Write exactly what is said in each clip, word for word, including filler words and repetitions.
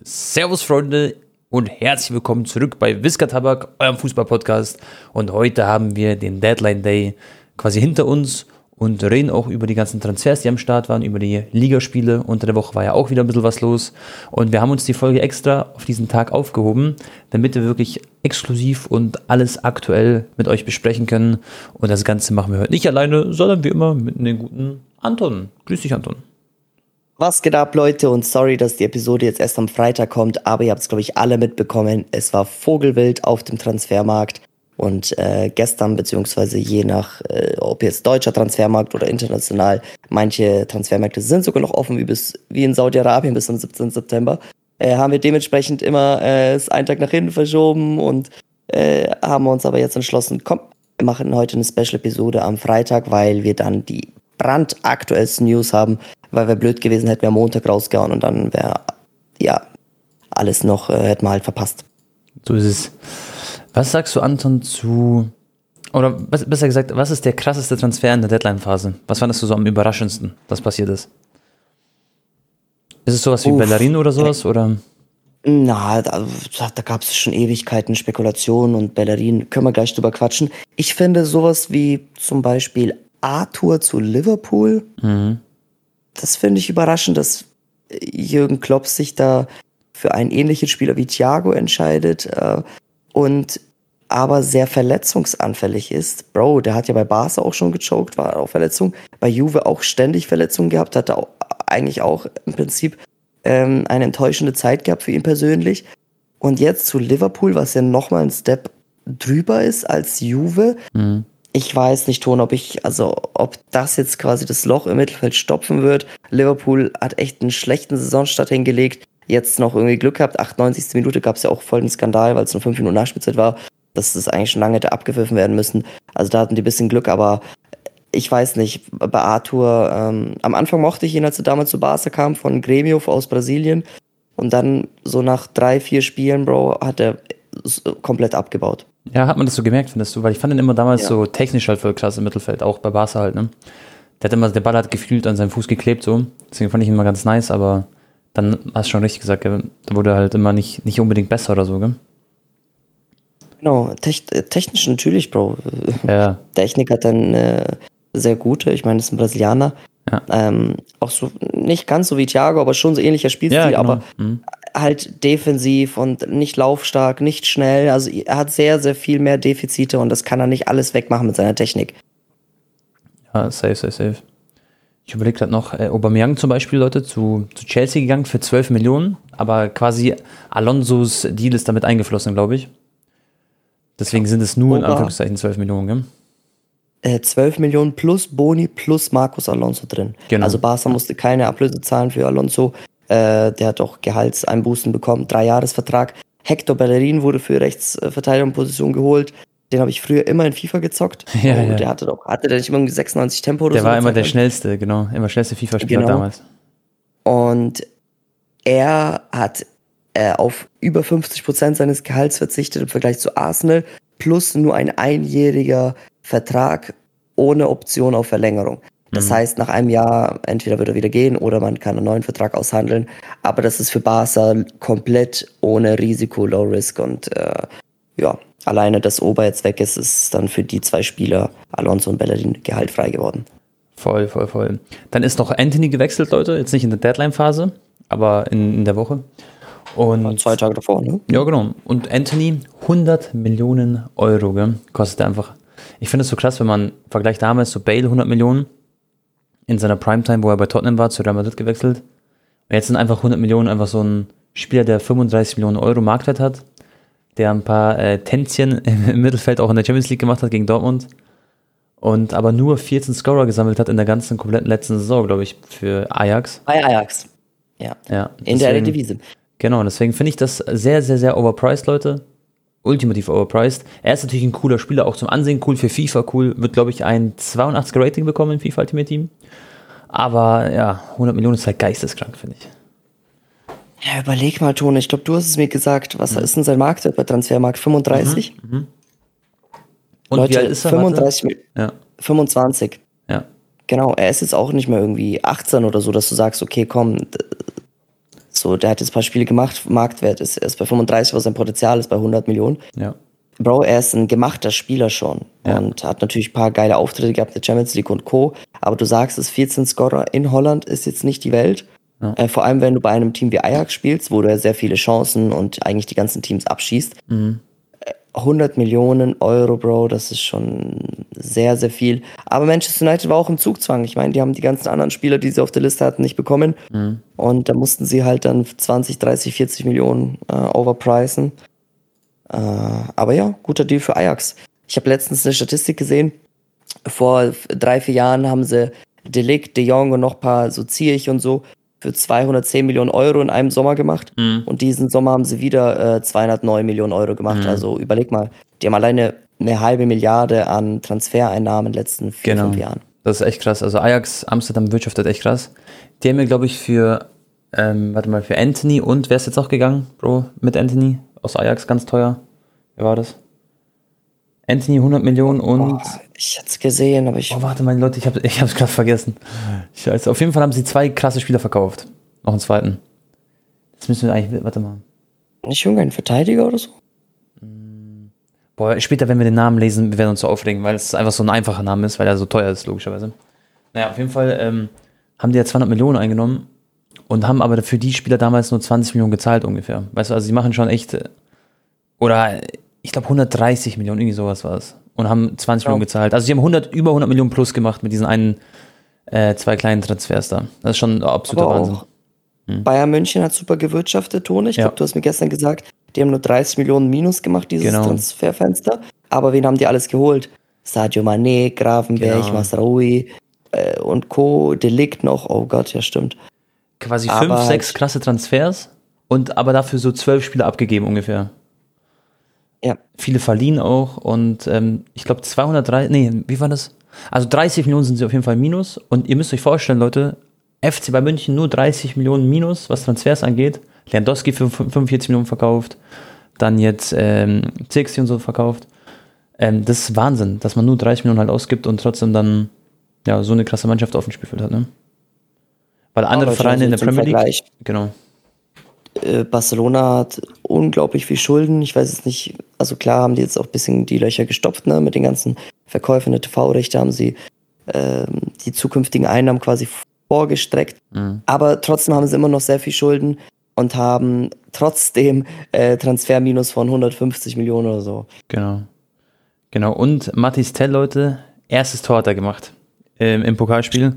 Servus Freunde und herzlich willkommen zurück bei Wiska Tabak, eurem Fußball-Podcast. Und heute haben wir den Deadline Day quasi hinter uns und reden auch über die ganzen Transfers, die am Start waren, über die Ligaspiele. Unter der Woche war ja auch wieder ein bisschen was los. Und wir haben uns die Folge extra auf diesen Tag aufgehoben, damit wir wirklich exklusiv und alles aktuell mit euch besprechen können. Und das Ganze machen wir heute nicht alleine, sondern wie immer mit einem guten Anton. Grüß dich, Anton. Was geht ab, Leute? Und sorry, dass die Episode jetzt erst am Freitag kommt, aber ihr habt es, glaube ich, alle mitbekommen. Es war Vogelwild auf dem Transfermarkt. Und äh, gestern, beziehungsweise je nach, äh, ob jetzt deutscher Transfermarkt oder international, manche Transfermärkte sind sogar noch offen, wie bis wie in Saudi-Arabien bis zum siebzehnten September, äh, haben wir dementsprechend immer äh, es einen Tag nach hinten verschoben und äh, haben uns aber jetzt entschlossen, komm, wir machen heute eine Special-Episode am Freitag, weil wir dann die brandaktuellsten News haben, weil wir blöd gewesen, hätten wir am Montag rausgehauen und dann wäre, ja, alles noch, äh, hätten wir halt verpasst. So ist es. Was sagst du, Anton, zu, oder besser gesagt, was ist der krasseste Transfer in der Deadline-Phase? Was fandest du so am überraschendsten, was passiert ist? Ist es sowas wie Uff, Bellerin oder sowas, oder? Na, da, da gab es schon Ewigkeiten, Spekulationen und Bellerin, können wir gleich drüber quatschen. Ich finde sowas wie zum Beispiel Arthur zu Liverpool, mhm. Das finde ich überraschend, dass Jürgen Klopp sich da für einen ähnlichen Spieler wie Thiago entscheidet äh, und aber sehr verletzungsanfällig ist. Bro, der hat ja bei Barca auch schon gechoked, war auch Verletzung. Bei Juve auch ständig Verletzungen gehabt, hatte auch, eigentlich auch im Prinzip ähm, eine enttäuschende Zeit gehabt für ihn persönlich. Und jetzt zu Liverpool, was ja nochmal ein Step drüber ist als Juve. Mhm. Ich weiß nicht, Ton, ob ich, also ob das jetzt quasi das Loch im Mittelfeld stopfen wird. Liverpool hat echt einen schlechten Saisonstart hingelegt. Jetzt noch irgendwie Glück gehabt. achtundneunzigste Minute gab es ja auch voll einen Skandal, weil es nur fünf Minuten Nachspielzeit war. Dass das eigentlich schon lange hätte abgepfiffen werden müssen. Also da hatten die ein bisschen Glück, aber ich weiß nicht. Bei Arthur, ähm, am Anfang mochte ich ihn, als er damals zu Barca kam, von Grêmio aus Brasilien. Und dann so nach drei, vier Spielen, Bro, hat er komplett abgebaut. Ja, hat man das so gemerkt, findest du? Weil ich fand ihn immer damals ja. so technisch halt voll krass im Mittelfeld, auch bei Barca halt, ne? Der hat immer, der Ball hat gefühlt an seinem Fuß geklebt, so. Deswegen fand ich ihn immer ganz nice, aber dann hast du schon richtig gesagt, da wurde er halt immer nicht, nicht unbedingt besser oder so, gell? Genau, Tech, technisch natürlich, Bro. Ja. Technik hat dann äh, sehr gute, ich meine, das ist ein Brasilianer. Ja. Ähm, auch so, nicht ganz so wie Thiago, aber schon so ähnlicher Spielstil, ja, genau. aber mhm. halt defensiv und nicht laufstark, nicht schnell. Also er hat sehr, sehr viel mehr Defizite und das kann er nicht alles wegmachen mit seiner Technik. Ja, safe, safe, safe. Ich überlege gerade noch, äh, Aubameyang zum Beispiel, Leute, zu, zu Chelsea gegangen für zwölf Millionen, aber quasi Alonsos Deal ist damit eingeflossen, glaube ich. Deswegen sind es nur Oba, in Anführungszeichen zwölf Millionen, gell? Äh, zwölf Millionen plus Boni plus Marcos Alonso drin. Genau. Also Barca musste keine Ablöse zahlen für Alonso. Äh, der hat auch Gehaltseinbußen bekommen, Dreijahresvertrag. Hector Bellerin wurde für Rechtsverteidigungsposition geholt. Den habe ich früher immer in FIFA gezockt. Ja, oh, ja. Der hatte doch, hatte der nicht immer sechsundneunzig Tempo oder der so? Der war immer der schnellste, genau. Immer schnellste FIFA-Spieler genau. damals. Und er hat äh, auf über fünfzig Prozent seines Gehalts verzichtet im Vergleich zu Arsenal. Plus nur ein einjähriger Vertrag ohne Option auf Verlängerung. Das mhm. heißt, nach einem Jahr entweder wird er wieder gehen oder man kann einen neuen Vertrag aushandeln. Aber das ist für Barca komplett ohne Risiko, Low Risk. Und äh, ja, alleine, dass Ober jetzt weg ist, ist dann für die zwei Spieler, Alonso und Bellerin, gehaltfrei geworden. Voll, voll, voll. Dann ist noch Anthony gewechselt, Leute. Jetzt nicht in der Deadline-Phase, aber in, in der Woche. Und ja, zwei Tage davor, ne? Ja, genau. Und Anthony, hundert Millionen Euro, gell? Kostet er einfach. Ich finde es so krass, wenn man vergleicht damals so Bale hundert Millionen in seiner Primetime, wo er bei Tottenham war, zu Real Madrid gewechselt. Und jetzt sind einfach hundert Millionen einfach so ein Spieler, der fünfunddreißig Millionen Euro Marktwert hat, der ein paar äh, Tänzchen im Mittelfeld auch in der Champions League gemacht hat gegen Dortmund und aber nur vierzehn Scorer gesammelt hat in der ganzen kompletten letzten Saison, glaube ich, für Ajax. Bei Ajax, ja. ja in der Eredivisie. Genau, deswegen finde ich das sehr, sehr, sehr overpriced, Leute. Ultimativ overpriced. Er ist natürlich ein cooler Spieler, auch zum Ansehen cool, für FIFA cool. Wird, glaube ich, ein zweiundachtziger Rating bekommen im FIFA Ultimate Team. Aber ja, hundert Millionen ist halt geisteskrank, finde ich. Ja, überleg mal, Tone. Ich glaube, du hast es mir gesagt. Was mhm. ist denn sein Marktwert bei Transfermarkt? fünfunddreißig? Mhm. Mhm. Und Leute, wie alt ist er? fünfunddreißig, ja. fünfundzwanzig. Ja. Genau, er ist jetzt auch nicht mehr irgendwie achtzehn oder so, dass du sagst, okay, komm, So, der hat jetzt ein paar Spiele gemacht, Marktwert ist, ist bei fünfunddreißig, aber sein Potenzial ist bei hundert Millionen. Ja. Bro, er ist ein gemachter Spieler schon Ja. und hat natürlich ein paar geile Auftritte gehabt in der Champions League und Co. Aber du sagst es, vierzehn Scorer in Holland ist jetzt nicht die Welt. Ja. Äh, vor allem, wenn du bei einem Team wie Ajax spielst, wo du ja sehr viele Chancen und eigentlich die ganzen Teams abschießt. Mhm. hundert Millionen Euro, Bro, das ist schon sehr, sehr viel. Aber Manchester United war auch im Zugzwang. Ich meine, die haben die ganzen anderen Spieler, die sie auf der Liste hatten, nicht bekommen. Mhm. Und da mussten sie halt dann zwanzig, dreißig, vierzig Millionen äh, overpricen. Äh, aber ja, guter Deal für Ajax. Ich habe letztens eine Statistik gesehen. Vor drei, vier Jahren haben sie De Ligt, De Jong und noch ein paar, so Ziyech und so, für zweihundertzehn Millionen Euro in einem Sommer gemacht. Mhm. Und diesen Sommer haben sie wieder äh, zweihundertneun Millionen Euro gemacht. Mhm. Also überleg mal, die haben alleine eine halbe Milliarde an Transfereinnahmen in den letzten vier, Genau. fünf Jahren. Das ist echt krass. Also Ajax Amsterdam wirtschaftet echt krass. Die haben mir, glaube ich, für, ähm, warte mal, für Anthony und wer ist jetzt auch gegangen, Bro, mit Anthony aus Ajax, ganz teuer. Wer war das? Anthony hundert Millionen und... Boah, ich hätte es gesehen, aber ich... Oh, warte mal, Leute, ich habe ich es gerade vergessen. Scheiße. Auf jeden Fall haben sie zwei krasse Spieler verkauft. Noch einen zweiten. Jetzt müssen wir eigentlich... Warte mal. Nicht irgendein Verteidiger oder so? Boah, später, wenn wir den Namen lesen, wir werden uns so aufregen, weil es einfach so ein einfacher Name ist, weil er so teuer ist, logischerweise. Naja, auf jeden Fall ähm, haben die ja zweihundert Millionen eingenommen und haben aber für die Spieler damals nur zwanzig Millionen gezahlt ungefähr. Weißt du, also sie machen schon echt... äh, Oder ich glaube hundertdreißig Millionen, irgendwie sowas war es. Und haben zwanzig Ja. Millionen gezahlt. Also sie haben hundert, über hundert Millionen plus gemacht mit diesen einen, äh, zwei kleinen Transfers da. Das ist schon absoluter Aber Wahnsinn. auch Bayern München hat super gewirtschaftet, Tone. Ich Ja. glaube, du hast mir gestern gesagt, die haben nur dreißig Millionen Minus gemacht, dieses Genau. Transferfenster. Aber wen haben die alles geholt? Sadio Mané, Gravenberg, Genau. Masraoui äh, und Co. De Ligt noch. Oh Gott, ja stimmt. Quasi aber fünf, halt- sechs krasse Transfers und aber dafür so zwölf Spieler abgegeben ungefähr. Ja. Viele verliehen auch und ähm, ich glaube zweihundertdrei, nee, wie war das? Also dreißig Millionen sind sie auf jeden Fall minus und ihr müsst euch vorstellen, Leute, F C bei München nur dreißig Millionen minus, was Transfers angeht. Lewandowski für fünfundvierzig Millionen verkauft, dann jetzt ähm, Zirkzee und so verkauft. Ähm, das ist Wahnsinn, dass man nur dreißig Millionen halt ausgibt und trotzdem dann ja so eine krasse Mannschaft auf dem Spielfeld hat, ne? Weil andere Aber Vereine in der zum Premier League, Vergleich, genau, äh, Barcelona hat unglaublich viel Schulden. Ich weiß es nicht, also klar haben die jetzt auch ein bisschen die Löcher gestopft, ne? Mit den ganzen Verkäufen der T V-Rechte haben sie ähm, die zukünftigen Einnahmen quasi vorgestreckt. Mhm. Aber trotzdem haben sie immer noch sehr viel Schulden und haben trotzdem äh, Transferminus von hundertfünfzig Millionen oder so. genau. Genau, und Mathis Tell, Leute, erstes Tor hat er gemacht ähm, im Pokalspiel.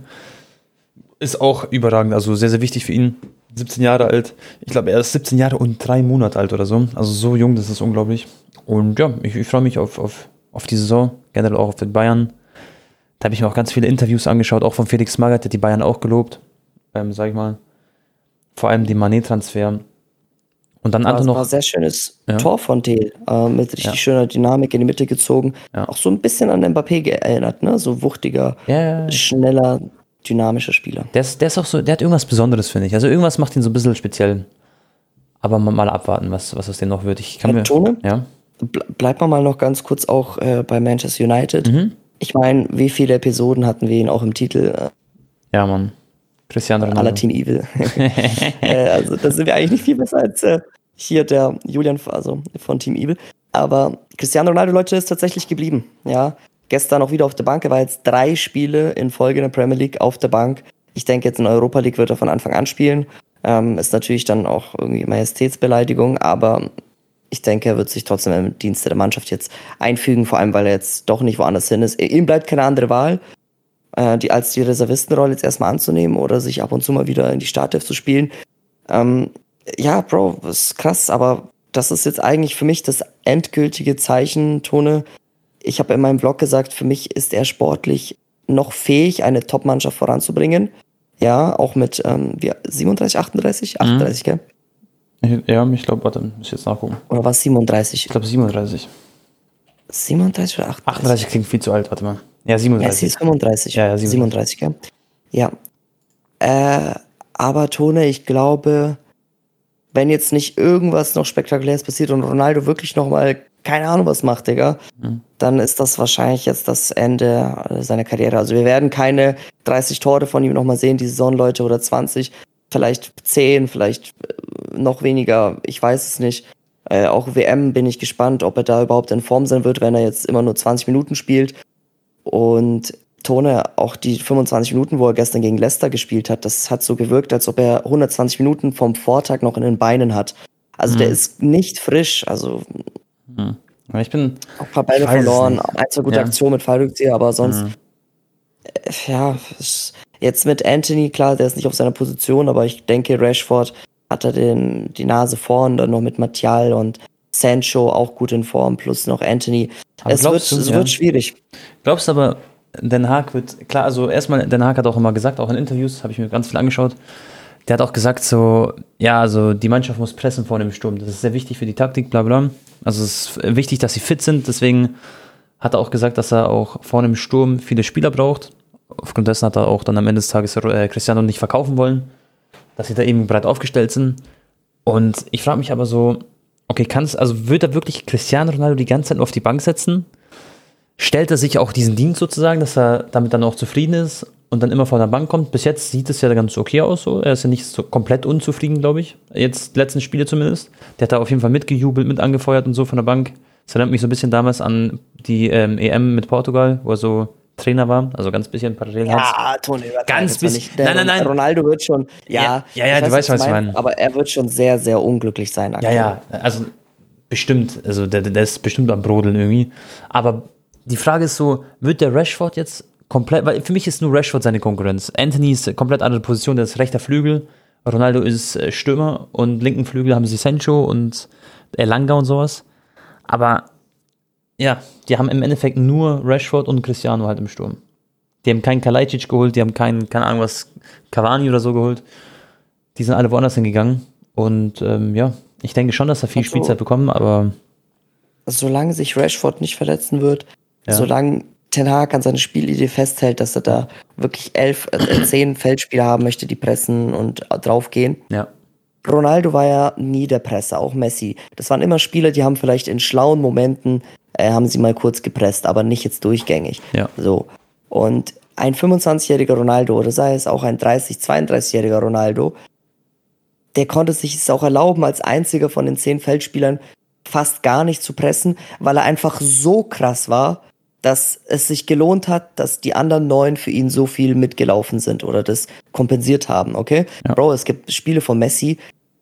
Ist auch überragend, also sehr, sehr wichtig für ihn. siebzehn Jahre alt. Ich glaube, er ist siebzehn Jahre und drei Monate alt oder so. Also so jung, das ist unglaublich. Und ja, ich, ich freue mich auf, auf, auf die Saison, generell auch auf den Bayern. Da habe ich mir auch ganz viele Interviews angeschaut, auch von Felix Magath, der hat die Bayern auch gelobt, ähm, sag ich mal. Vor allem den Mané-Transfer. Und dann War, Anton war noch... ein sehr schönes Ja. Tor von Thiel, äh, mit richtig Ja. schöner Dynamik in die Mitte gezogen. Ja. Auch so ein bisschen an Mbappé geerinnert, ne? So wuchtiger, Ja, ja, ja. schneller, dynamischer Spieler. Der ist, der ist auch so, der hat irgendwas Besonderes, finde ich. Also irgendwas macht ihn so ein bisschen speziell. Aber mal, mal abwarten, was, was aus dem noch wird. Ich kann Herr mir... Tone? Ja. Ble bleibt man mal noch ganz kurz auch äh, bei Manchester United. Mhm. Ich meine, wie viele Episoden hatten wir ihn auch im Titel äh, Ja, Mann. Cristiano Ronaldo. aller Team Evil? äh, also da sind wir eigentlich nicht viel besser als äh, hier der Julian, also von Team Evil. Aber Cristiano Ronaldo, Leute, ist tatsächlich geblieben. Ja, gestern auch wieder auf der Bank. Er war jetzt drei Spiele in Folge in der Premier League auf der Bank. Ich denke, jetzt in der Europa League wird er von Anfang an spielen. Ähm, ist natürlich dann auch irgendwie Majestätsbeleidigung, aber ich denke, er wird sich trotzdem im Dienste der Mannschaft jetzt einfügen, vor allem, weil er jetzt doch nicht woanders hin ist. Ihm bleibt keine andere Wahl, äh, die als die Reservistenrolle jetzt erstmal anzunehmen oder sich ab und zu mal wieder in die Startelf zu spielen. Ähm, ja, Bro, das ist krass, aber das ist jetzt eigentlich für mich das endgültige Zeichen, Tone. Ich habe in meinem Vlog gesagt, für mich ist er sportlich noch fähig, eine Top-Mannschaft voranzubringen. Ja, auch mit ähm, wie, siebenunddreißig, achtunddreißig? achtunddreißig, gell? Ja, ich glaube, warte, muss ich jetzt nachgucken. Oder war es siebenunddreißig? Ich glaube siebenunddreißig. siebenunddreißig oder achtunddreißig? achtunddreißig klingt viel zu alt, warte mal. Ja, Ja, sie siebenunddreißig. ist fünfunddreißig. Ja, ja, siebenunddreißig. siebenunddreißig, ja. Ja. Äh, aber Tone, ich glaube, wenn jetzt nicht irgendwas noch Spektakuläres passiert und Ronaldo wirklich nochmal keine Ahnung was macht, Digga, Mhm. dann ist das wahrscheinlich jetzt das Ende seiner Karriere. Also wir werden keine dreißig Tore von ihm nochmal sehen, die Saison, Leute, oder zwanzig. vielleicht zehn, vielleicht noch weniger, ich weiß es nicht. Äh, auch W M bin ich gespannt, ob er da überhaupt in Form sein wird, wenn er jetzt immer nur zwanzig Minuten spielt. Und Tone, auch die fünfundzwanzig Minuten, wo er gestern gegen Leicester gespielt hat, das hat so gewirkt, als ob er hundertzwanzig Minuten vom Vortag noch in den Beinen hat. Also mhm. der ist nicht frisch, also mhm. ich bin auch ein paar Bälle verloren, ein, zwei gute ja. Aktionen mit Fallrückzieher, aber sonst mhm. äh, ja, jetzt mit Anthony, klar, der ist nicht auf seiner Position, aber ich denke, Rashford hat er den, die Nase vorn, dann noch mit Martial und Sancho auch gut in Form, plus noch Anthony. Aber es wird, du, es ja. wird schwierig. Glaubst du aber, Den Haag wird, klar, also erstmal, Den Haag hat auch immer gesagt, auch in Interviews, habe ich mir ganz viel angeschaut, der hat auch gesagt so, ja, also die Mannschaft muss pressen vor dem Sturm, das ist sehr wichtig für die Taktik, bla bla. Also es ist wichtig, dass sie fit sind, deswegen hat er auch gesagt, dass er auch vor dem Sturm viele Spieler braucht. Aufgrund dessen hat er auch dann am Ende des Tages äh, Cristiano nicht verkaufen wollen, dass sie da eben breit aufgestellt sind. Und ich frage mich aber so, okay, kann's, also wird er wirklich Cristiano Ronaldo die ganze Zeit nur auf die Bank setzen? Stellt er sich auch diesen Dienst sozusagen, dass er damit dann auch zufrieden ist und dann immer von der Bank kommt? Bis jetzt sieht es ja ganz okay aus, so. Er ist ja nicht so komplett unzufrieden, glaube ich. Jetzt, die letzten Spiele zumindest. Der hat da auf jeden Fall mitgejubelt, mit angefeuert und so von der Bank. Das erinnert mich so ein bisschen damals an die ähm, E M mit Portugal, wo er so Trainer war, also ganz bisschen parallel. Ja, Toni, ganz bisschen. Nein, nein, nein. Ronaldo wird schon, ja, ja, ja, ja du weißt, was ich meine. Aber er wird schon sehr, sehr unglücklich sein. Aktuell. Ja, ja, also bestimmt, also der, der ist bestimmt am Brodeln irgendwie. Aber die Frage ist so, wird der Rashford jetzt komplett, weil für mich ist nur Rashford seine Konkurrenz. Anthony ist eine komplett andere Position, der ist rechter Flügel, Ronaldo ist Stürmer und linken Flügel haben sie Sancho und Elanga und sowas. Aber ja, die haben im Endeffekt nur Rashford und Cristiano halt im Sturm. Die haben keinen Kalajdzic geholt, die haben keinen, keine Ahnung was, Cavani oder so geholt. Die sind alle woanders hingegangen. Und ähm, ja, ich denke schon, dass er viel also, Spielzeit bekommen, aber solange sich Rashford nicht verletzen wird, ja. solange Ten Hag an seine Spielidee festhält, dass er da wirklich elf, äh, zehn Feldspieler haben möchte, die pressen und draufgehen. Ja. Ronaldo war ja nie der Presser, auch Messi. Das waren immer Spieler, die haben vielleicht in schlauen Momenten äh, haben sie mal kurz gepresst, aber nicht jetzt durchgängig. Ja. So. Und ein fünfundzwanzigjähriger Ronaldo, oder sei es auch ein dreißig-, zweiunddreißigjähriger Ronaldo, der konnte sich es auch erlauben, als einziger von den zehn Feldspielern fast gar nicht zu pressen, weil er einfach so krass war, dass es sich gelohnt hat, dass die anderen neun für ihn so viel mitgelaufen sind oder das kompensiert haben, okay? Ja. Bro, es gibt Spiele von Messi,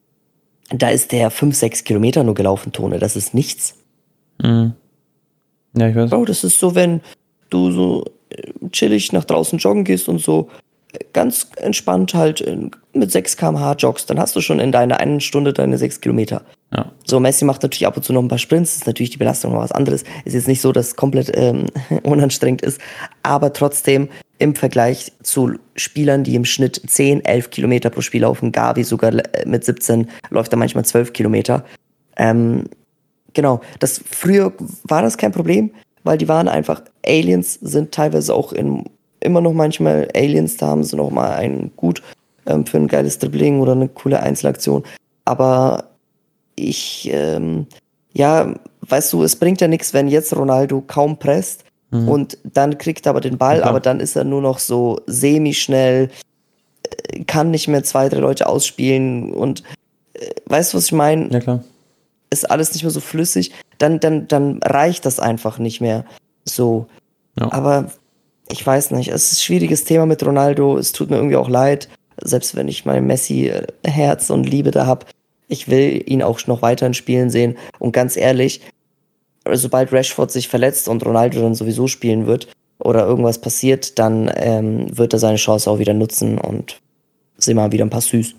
da ist der fünf, sechs Kilometer nur gelaufen, Tone, das ist nichts. Mhm. Ja, ich weiß. Bro, das ist so, wenn du so chillig nach draußen joggen gehst und so ganz entspannt halt mit sechs Kilometer pro Stunde joggst, dann hast du schon in deiner einen Stunde deine sechs Kilometer. Ja. So, Messi macht natürlich ab und zu noch ein paar Sprints, ist natürlich die Belastung noch was anderes. Ist jetzt nicht so, dass es komplett ähm, unanstrengend ist, aber trotzdem im Vergleich zu Spielern, die im Schnitt zehn, elf Kilometer pro Spiel laufen, Gavi sogar mit siebzehn läuft er manchmal zwölf Kilometer. Ähm, genau, das früher war das kein Problem, weil die waren einfach Aliens, sind teilweise auch in immer noch manchmal Aliens, da haben sie noch mal einen gut ähm, für ein geiles Dribbling oder eine coole Einzelaktion. Aber ich, ähm, ja, weißt du, es bringt ja nichts, wenn jetzt Ronaldo kaum presst mhm. und dann kriegt er aber den Ball, ja, aber dann ist er nur noch so semi-schnell, kann nicht mehr zwei, drei Leute ausspielen und äh, weißt du, was ich meine? Ja, klar. Ist alles nicht mehr so flüssig, dann, dann, dann reicht das einfach nicht mehr so. Ja. Aber ich weiß nicht, es ist ein schwieriges Thema mit Ronaldo, es tut mir irgendwie auch leid, selbst wenn ich mein Messi-Herz und Liebe da habe. Ich will ihn auch noch weiter in Spielen sehen und ganz ehrlich, sobald Rashford sich verletzt und Ronaldo dann sowieso spielen wird oder irgendwas passiert, dann ähm, wird er seine Chance auch wieder nutzen und sehen wir mal wieder ein paar Süß.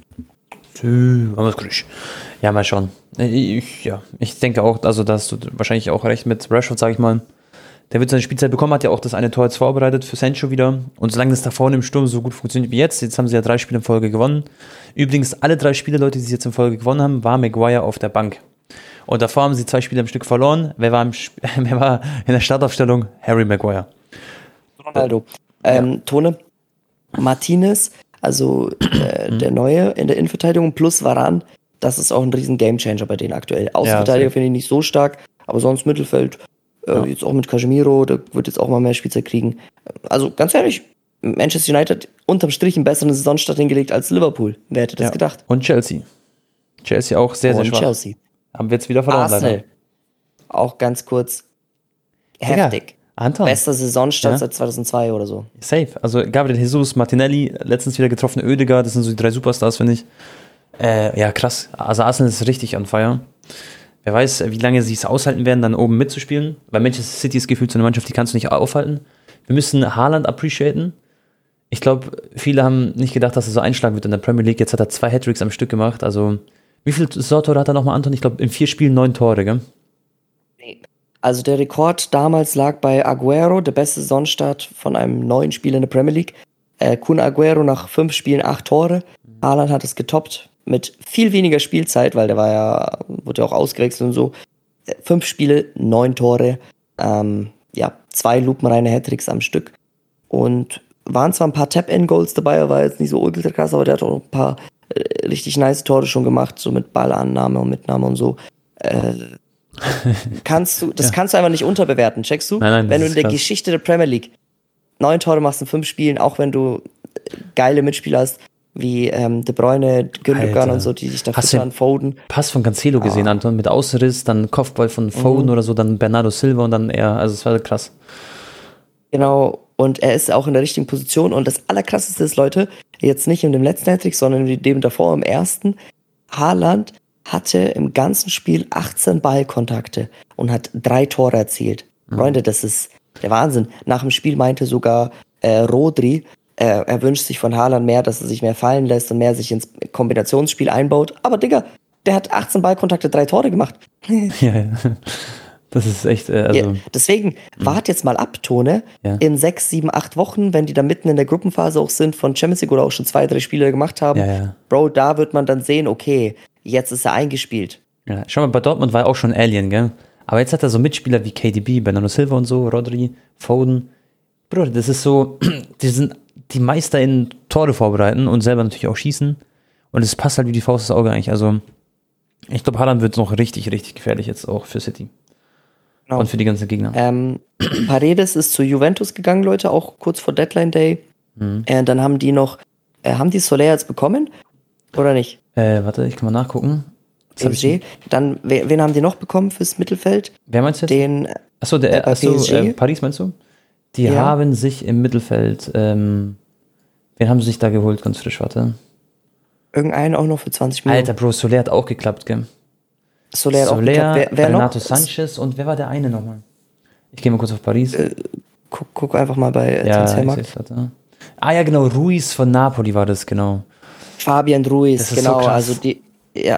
Ja, mal schauen. Ich, ja, ich denke auch, also da hast du wahrscheinlich auch recht mit Rashford, sag ich mal. Der wird seine Spielzeit bekommen, hat ja auch das eine Tor jetzt vorbereitet für Sancho wieder. Und solange das da vorne im Sturm so gut funktioniert wie jetzt, jetzt haben sie ja drei Spiele in Folge gewonnen. Übrigens, alle drei Spiele, Leute, die sie jetzt in Folge gewonnen haben, war Maguire auf der Bank. Und davor haben sie zwei Spiele am Stück verloren. Wer war, im, wer war in der Startaufstellung? Harry Maguire. Ronaldo. Ähm, ja. Tone, Martinez, also äh, mhm. der Neue in der Innenverteidigung plus Varane, das ist auch ein riesen Gamechanger bei denen aktuell. Außenverteidiger ja, finde ich nicht so stark, aber sonst Mittelfeld. Ja. Jetzt auch mit Casemiro, der wird jetzt auch mal mehr Spielzeit kriegen. Also ganz ehrlich, Manchester United unterm Strich einen besseren Saisonstart hingelegt als Liverpool. Wer hätte das Ja. gedacht? Und Chelsea. Chelsea auch sehr, sehr Und schwach. Chelsea. Haben wir jetzt wieder verloren, Arsenal. leider. Auch ganz kurz. Digga, Heftig. Anton. Bester Saisonstart Ja. seit zweitausendzwei oder so. Safe. Also Gabriel Jesus, Martinelli, letztens wieder getroffen, Oedegaard, das sind so die drei Superstars, finde ich. Äh, ja, krass. Also Arsenal ist richtig on fire. Wer weiß, wie lange sie es aushalten werden, dann oben mitzuspielen. Weil Manchester City ist gefühlt so eine Mannschaft, die kannst du nicht aufhalten. Wir müssen Haaland appreciaten. Ich glaube, viele haben nicht gedacht, dass er so einschlagen wird in der Premier League. Jetzt hat er zwei Hattricks am Stück gemacht. Also, wie viele Saisontore hat er nochmal, Anton? Ich glaube, in vier Spielen neun Tore, gell? Also der Rekord damals lag bei Aguero, der beste Saisonstart von einem neuen Spieler in der Premier League. Äh, Kun Aguero nach fünf Spielen acht Tore. Haaland hat es getoppt mit viel weniger Spielzeit, weil der war ja, wurde ja auch ausgewechselt und so. Äh, Fünf Spiele, neun Tore, ähm, ja, zwei lupenreine Hattricks am Stück. Und waren zwar ein paar Tap-In-Goals dabei, er war jetzt nicht so ultra krass, aber der hat auch ein paar äh, richtig nice Tore schon gemacht, so mit Ballannahme und Mitnahme und so. Äh, kannst du, das Ja. kannst du einfach nicht unterbewerten, checkst du? Nein, nein, das wenn du ist in der krass. Geschichte der Premier League neun Tore machst in fünf Spielen, auch wenn du geile Mitspieler hast, wie ähm, De Bruyne, Gündogan Alter. und so, die sich da Hast du füttern, Foden. Pass von Cancelo gesehen, Anton, mit Außenriss, dann Kopfball von Foden oder so, dann Bernardo Silva und dann er. Also es war krass. Genau, und er ist auch in der richtigen Position. Und das Allerkrasseste ist, Leute, jetzt nicht in dem letzten Hattrick, sondern in dem davor, im ersten. Haaland hatte im ganzen Spiel achtzehn Ballkontakte und hat drei Tore erzielt. Mhm. Freunde, das ist der Wahnsinn. Nach dem Spiel meinte sogar äh, Rodri, äh, er wünscht sich von Haaland mehr, dass er sich mehr fallen lässt und mehr sich ins Kombinationsspiel einbaut. Aber Digga, der hat achtzehn Ballkontakte, drei Tore gemacht. Ja, ja. Das ist echt, äh, also. Ja, deswegen, wart jetzt mal ab, Tone. Ja. In sechs, sieben, acht Wochen, wenn die da mitten in der Gruppenphase auch sind von Champions League oder auch schon zwei, drei Spiele gemacht haben, Ja, ja. Bro, da wird man dann sehen, okay, jetzt ist er eingespielt. Ja, schau mal, bei Dortmund war er auch schon Alien, gell? Aber jetzt hat er so Mitspieler wie K D B, Bernardo Silva und so, Rodri, Foden. Bruder, das ist so, die sind die Meister in Tore vorbereiten und selber natürlich auch schießen. Und es passt halt wie die Faust ins Auge eigentlich. Also, ich glaube, Haaland wird noch richtig, richtig gefährlich jetzt auch für City. Genau. Und für die ganzen Gegner. Ähm, Paredes ist zu Juventus gegangen, Leute, auch kurz vor Deadline Day. Mhm. Äh, dann haben die noch, äh, haben die Soler jetzt bekommen? Oder nicht? Äh, warte, ich kann mal nachgucken. Das hab P S G. ich, Dann, wer, wen haben die noch bekommen fürs Mittelfeld? wer meinst du jetzt? Den, Achso, der, äh, bei achso P S G? äh, Paris meinst du? Die Ja. haben sich im Mittelfeld, ähm, wen haben sie sich da geholt, ganz frisch, warte. irgendeinen auch noch für zwanzig Millionen. Alter, Bro, Soler hat auch geklappt, gell? Soler hat auch Soler, geklappt. Wer, wer Renato noch? Sanchez und wer war der eine nochmal? Ich gehe mal kurz auf Paris. Äh, Guck, guck einfach mal bei äh, ja, ich Transfermarkt. seh's, warte. Ah ja, genau, Ruiz von Napoli war das, genau. Fabian Ruiz, Das ist genau. so krass. Also die, ja,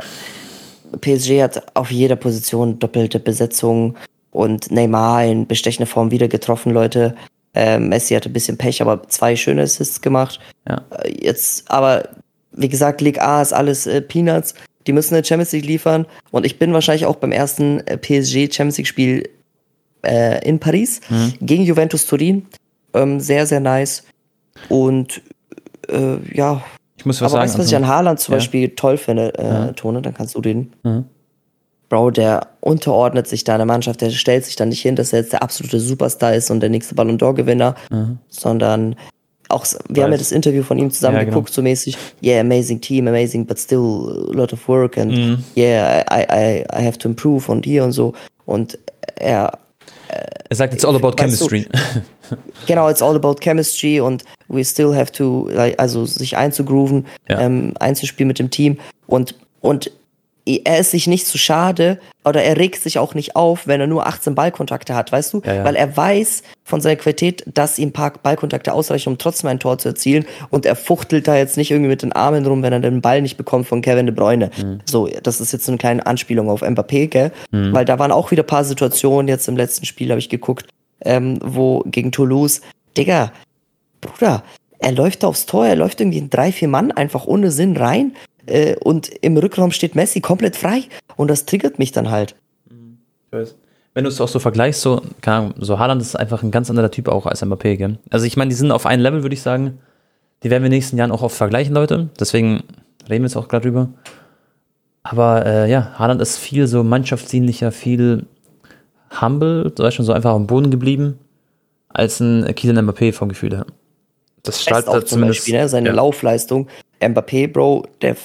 P S G hat auf jeder Position doppelte Besetzung und Neymar in bestechender Form wieder getroffen, Leute. Äh, Messi hatte ein bisschen Pech, aber zwei schöne Assists gemacht. Ja. Äh, jetzt, aber wie gesagt, Ligue A ist alles äh, Peanuts. Die müssen eine Champions League liefern und ich bin wahrscheinlich auch beim ersten äh, P S G Champions League Spiel äh, in Paris Mhm. gegen Juventus Turin. Ähm, sehr, sehr nice. Und äh, ja, Ich muss was aber sagen. weißt du, was ich also- an Haaland zum Ja. Beispiel toll finde, äh, Ja. Tone, dann kannst du den. Mhm. Bro, der unterordnet sich da in der Mannschaft, der stellt sich da nicht hin, dass er jetzt der absolute Superstar ist und der nächste Ballon d'Or-Gewinner, Mhm. sondern auch, wir haben ja Weiß. das Interview von ihm zusammen Ja, geguckt, so mäßig, yeah, amazing team, amazing, but still a lot of work and Mhm. yeah, I, I, I have to improve und hier und so. Und er, Er sagt, it's all about Weißt du, chemistry. genau, it's all about chemistry und we still have to, like, also sich einzugrooven, Ja. ähm, einzuspielen mit dem Team und, und er ist sich nicht zu schade oder er regt sich auch nicht auf, wenn er nur achtzehn Ballkontakte hat, weißt du? Ja, ja. Weil er weiß von seiner Qualität, dass ihm ein paar Ballkontakte ausreichen, um trotzdem ein Tor zu erzielen und er fuchtelt da jetzt nicht irgendwie mit den Armen rum, wenn er den Ball nicht bekommt von Kevin De Bruyne. Mhm. So, das ist jetzt so eine kleine Anspielung auf Mbappé, gell? Weil da waren auch wieder ein paar Situationen, jetzt im letzten Spiel habe ich geguckt, ähm, wo gegen Toulouse, Digga, Bruder, er läuft da aufs Tor, er läuft irgendwie in drei, vier Mann einfach ohne Sinn rein äh, und im Rückraum steht Messi komplett frei und das triggert mich dann halt. Wenn du es auch so vergleichst, so, keine Ahnung, so Haaland ist einfach ein ganz anderer Typ auch als Mbappé, gell? Also ich meine, die sind auf einem Level, würde ich sagen. Die werden wir in den nächsten Jahren auch oft vergleichen, Leute. Deswegen reden wir jetzt auch gerade drüber. Aber äh, ja, Haaland ist viel so mannschaftsdienlicher, viel humble, zum Beispiel so einfach am Boden geblieben, als ein Kylian Mbappé vom Gefühl her. das strahlt auch zum Beispiel, ne? Seine ja. Laufleistung. Mbappé, Bro, der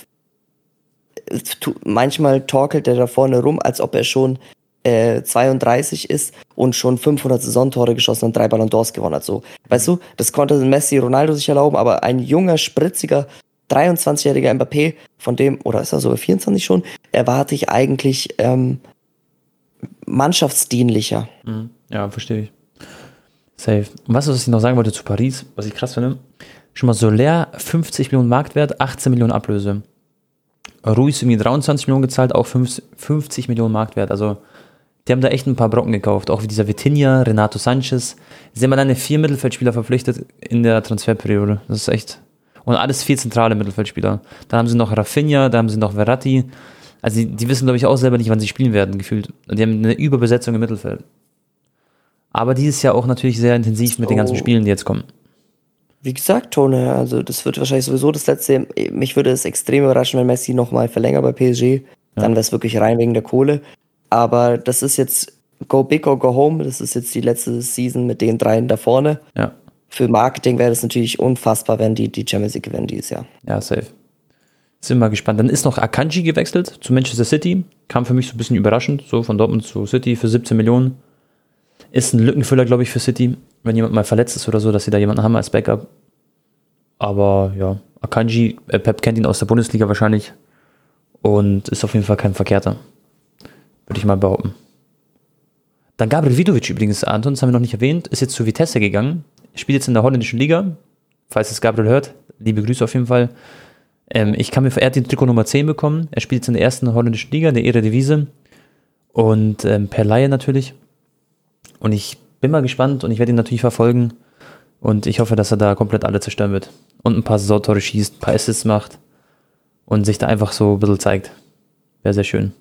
manchmal torkelt der da vorne rum, als ob er schon äh, zweiunddreißig ist und schon fünfhundert Saisontore geschossen und drei Ballon d'Ors gewonnen hat. So, weißt du, das konnte Messi, Ronaldo sich erlauben, aber ein junger, spritziger, dreiundzwanzigjähriger Mbappé, von dem, oder ist er sogar vierundzwanzig schon, erwarte ich eigentlich ähm, mannschaftsdienlicher. Ja, verstehe ich. Safe. Und was, was ich noch sagen wollte zu Paris, was ich krass finde, schon mal Soler, fünfzig Millionen Marktwert, achtzehn Millionen Ablöse. Ruiz irgendwie dreiundzwanzig Millionen gezahlt, auch fünfzig Millionen Marktwert. Also, die haben da echt ein paar Brocken gekauft. Auch wie dieser Vitinha, Renato Sanchez. Sie haben alleine vier Mittelfeldspieler verpflichtet in der Transferperiode. Das ist echt. Und alles vier zentrale Mittelfeldspieler. Dann haben sie noch Rafinha, dann haben sie noch Verratti. Also, die, die wissen, glaube ich, auch selber nicht, wann sie spielen werden, gefühlt. Und die haben eine Überbesetzung im Mittelfeld. Aber dieses Jahr auch natürlich sehr intensiv so. Mit den ganzen Spielen, die jetzt kommen. Wie gesagt, Tone, also das wird wahrscheinlich sowieso das letzte. Mich würde es extrem überraschen, wenn Messi nochmal verlängert bei P S G. Ja. Dann wäre es wirklich rein wegen der Kohle. Aber das ist jetzt go big or go home. Das ist jetzt die letzte Season mit den dreien da vorne. Ja. Für Marketing wäre das natürlich unfassbar, wenn die die Champions League gewinnen dieses Jahr. Ja, safe. Sind wir mal gespannt. Dann ist noch Akanji gewechselt zu Manchester City. Kam für mich so ein bisschen überraschend, so von Dortmund zu City für siebzehn Millionen. Ist ein Lückenfüller, glaube ich, für City. Wenn jemand mal verletzt ist oder so, dass sie da jemanden haben als Backup. Aber ja, Akanji, äh, Pep kennt ihn aus der Bundesliga wahrscheinlich. Und ist auf jeden Fall kein Verkehrter. Würde ich mal behaupten. Dann Gabriel Vidovic übrigens, Anton, das haben wir noch nicht erwähnt, ist jetzt zu Vitesse gegangen. Spielt jetzt in der holländischen Liga. Falls es Gabriel hört, liebe Grüße auf jeden Fall. Ähm, ich kann mir, er hat den Trikot Nummer zehn bekommen. Er spielt jetzt in der ersten holländischen Liga, in der Eredivisie. Und ähm, per Laie natürlich. Und ich bin mal gespannt und ich werde ihn natürlich verfolgen. Und ich hoffe, dass er da komplett alle zerstören wird. Und ein paar Saisontore schießt, ein paar Assists macht. Und sich da einfach so ein bisschen zeigt. Wäre sehr schön.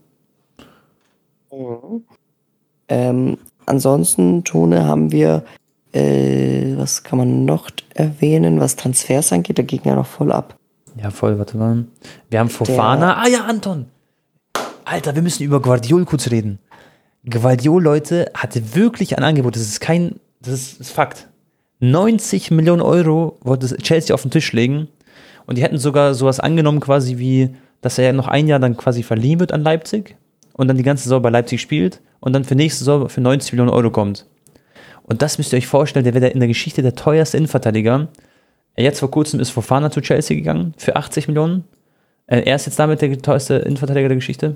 Mhm. Ähm, ansonsten, Tone, haben wir, äh, was kann man noch erwähnen, was Transfers angeht? Da ging ja noch voll ab. Ja, voll, warte mal. Wir haben Fofana. Der, ah ja, Anton. Alter, wir müssen über Guardiol kurz reden. Guardiol, Leute, hatte wirklich ein Angebot. Das ist kein, das ist, das ist Fakt. neunzig Millionen Euro wollte Chelsea auf den Tisch legen. Und die hätten sogar sowas angenommen, quasi wie, dass er noch ein Jahr dann quasi verliehen wird an Leipzig und dann die ganze Saison bei Leipzig spielt und dann für nächste Saison für neunzig Millionen Euro kommt. Und das müsst ihr euch vorstellen, der wäre in der Geschichte der teuerste Innenverteidiger. Jetzt vor kurzem ist Fofana zu Chelsea gegangen für achtzig Millionen. Er ist jetzt damit der teuerste Innenverteidiger der Geschichte.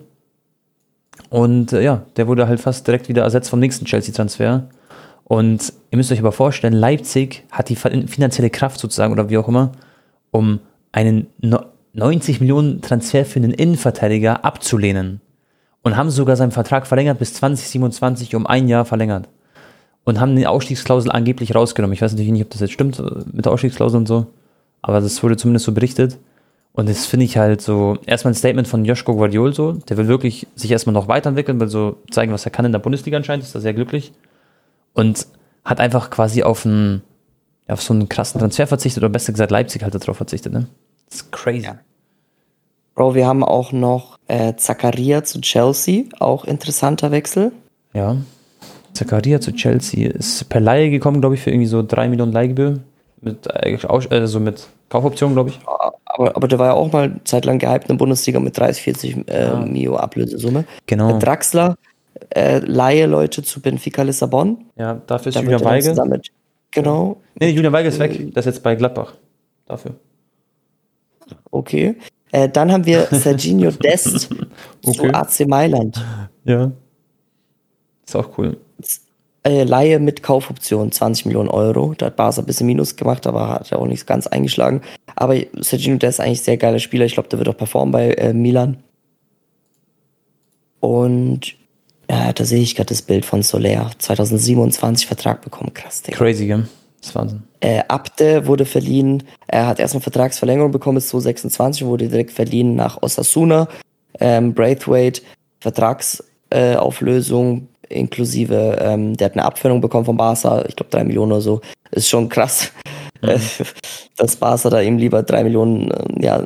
Und äh, ja, der wurde halt fast direkt wieder ersetzt vom nächsten Chelsea-Transfer. Und ihr müsst euch aber vorstellen, Leipzig hat die finanzielle Kraft sozusagen oder wie auch immer, um einen neunzig Millionen Transfer für einen Innenverteidiger abzulehnen. Und haben sogar seinen Vertrag verlängert bis zwanzig siebenundzwanzig, um ein Jahr verlängert. Und haben die Ausstiegsklausel angeblich rausgenommen. Ich weiß natürlich nicht, ob das jetzt stimmt mit der Ausstiegsklausel und so. Aber das wurde zumindest so berichtet. Und das finde ich halt so, erstmal ein Statement von Joško Guardiol so. Der will wirklich sich erstmal noch weiterentwickeln, will so zeigen, was er kann in der Bundesliga anscheinend. Ist da sehr glücklich. Und hat einfach quasi auf, einen, auf so einen krassen Transfer verzichtet. Oder besser gesagt, Leipzig halt darauf verzichtet, ne? Das ist crazy. Ja. Bro, wir haben auch noch äh, Zakaria zu Chelsea. Auch interessanter Wechsel. Ja. Zakaria zu Chelsea ist per Leihe gekommen, glaube ich, für irgendwie so drei Millionen Leihgebühr. Mit, also mit Kaufoption, glaube ich. Aber, aber der war ja auch mal zeitlang gehypt in der Bundesliga mit dreißig, vierzig äh, ja. Mio Ablösesumme. Genau. Draxler, äh, Leihe Leute zu Benfica Lissabon. Ja, dafür ist da Julian Weigl. Damit, genau. Nee, Julian Weigl ist weg. Der ist jetzt bei Gladbach. Dafür. Okay. Äh, dann haben wir Serginho Dest okay. zu A C Mailand. Ja. Ist auch cool. Äh, Leihe mit Kaufoption, zwanzig Millionen Euro. Da hat Barca ein bisschen Minus gemacht, aber hat ja auch nicht ganz eingeschlagen. Aber Serginho Dest ist eigentlich ein sehr geiler Spieler. Ich glaube, der wird auch performen bei äh, Milan. Und ja, da sehe ich gerade das Bild von Soler. zwanzig siebenundzwanzig Vertrag bekommen. Krass, Digga. Crazy, gell? Das ist Wahnsinn. Äh, Abde wurde verliehen. Er hat erstmal Vertragsverlängerung bekommen bis zwanzig sechsundzwanzig, wurde direkt verliehen nach Osasuna. Ähm, Braithwaite, Vertragsauflösung äh, inklusive, ähm, der hat eine Abfindung bekommen von Barca, ich glaube drei Millionen oder so. Ist schon krass, mhm. äh, dass Barca da ihm lieber drei Millionen äh, ja,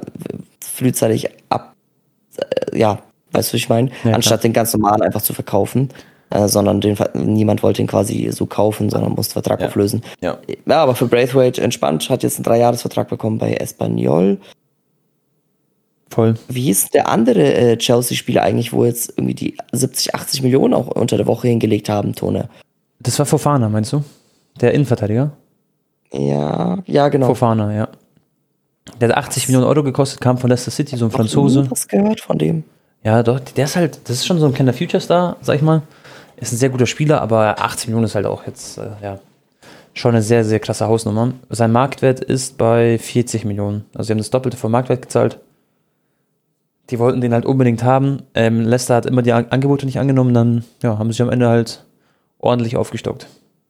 frühzeitig ab, äh, ja, weißt du, was ich meine, ja, anstatt den ganz normalen einfach zu verkaufen. äh, sondern den, niemand wollte ihn quasi so kaufen, sondern musste Vertrag Ja. auflösen. Ja. Ja, aber für Braithwaite entspannt, hat jetzt einen Dreijahresvertrag bekommen bei Espanyol. Voll. Wie hieß der andere äh, Chelsea-Spieler eigentlich, wo jetzt irgendwie die siebzig, achtzig Millionen auch unter der Woche hingelegt haben, Tone? Das war Fofana, meinst du? Der Innenverteidiger? Ja, ja, genau. Fofana, ja. Der hat achtzig Millionen Euro gekostet, kam von Leicester City, so ein Noch Franzose. nie was gehört von dem? Ja, doch, der ist halt, das ist schon so ein kleiner Future-Star, sag ich mal. Ist ein sehr guter Spieler, aber achtzig Millionen ist halt auch jetzt, äh, ja, schon eine sehr, sehr krasse Hausnummer. Sein Marktwert ist bei vierzig Millionen. Also sie haben das Doppelte vom Marktwert gezahlt. Die wollten den halt unbedingt haben. Ähm, Leicester hat immer die An- Angebote nicht angenommen, dann ja, haben sie sich am Ende halt ordentlich aufgestockt.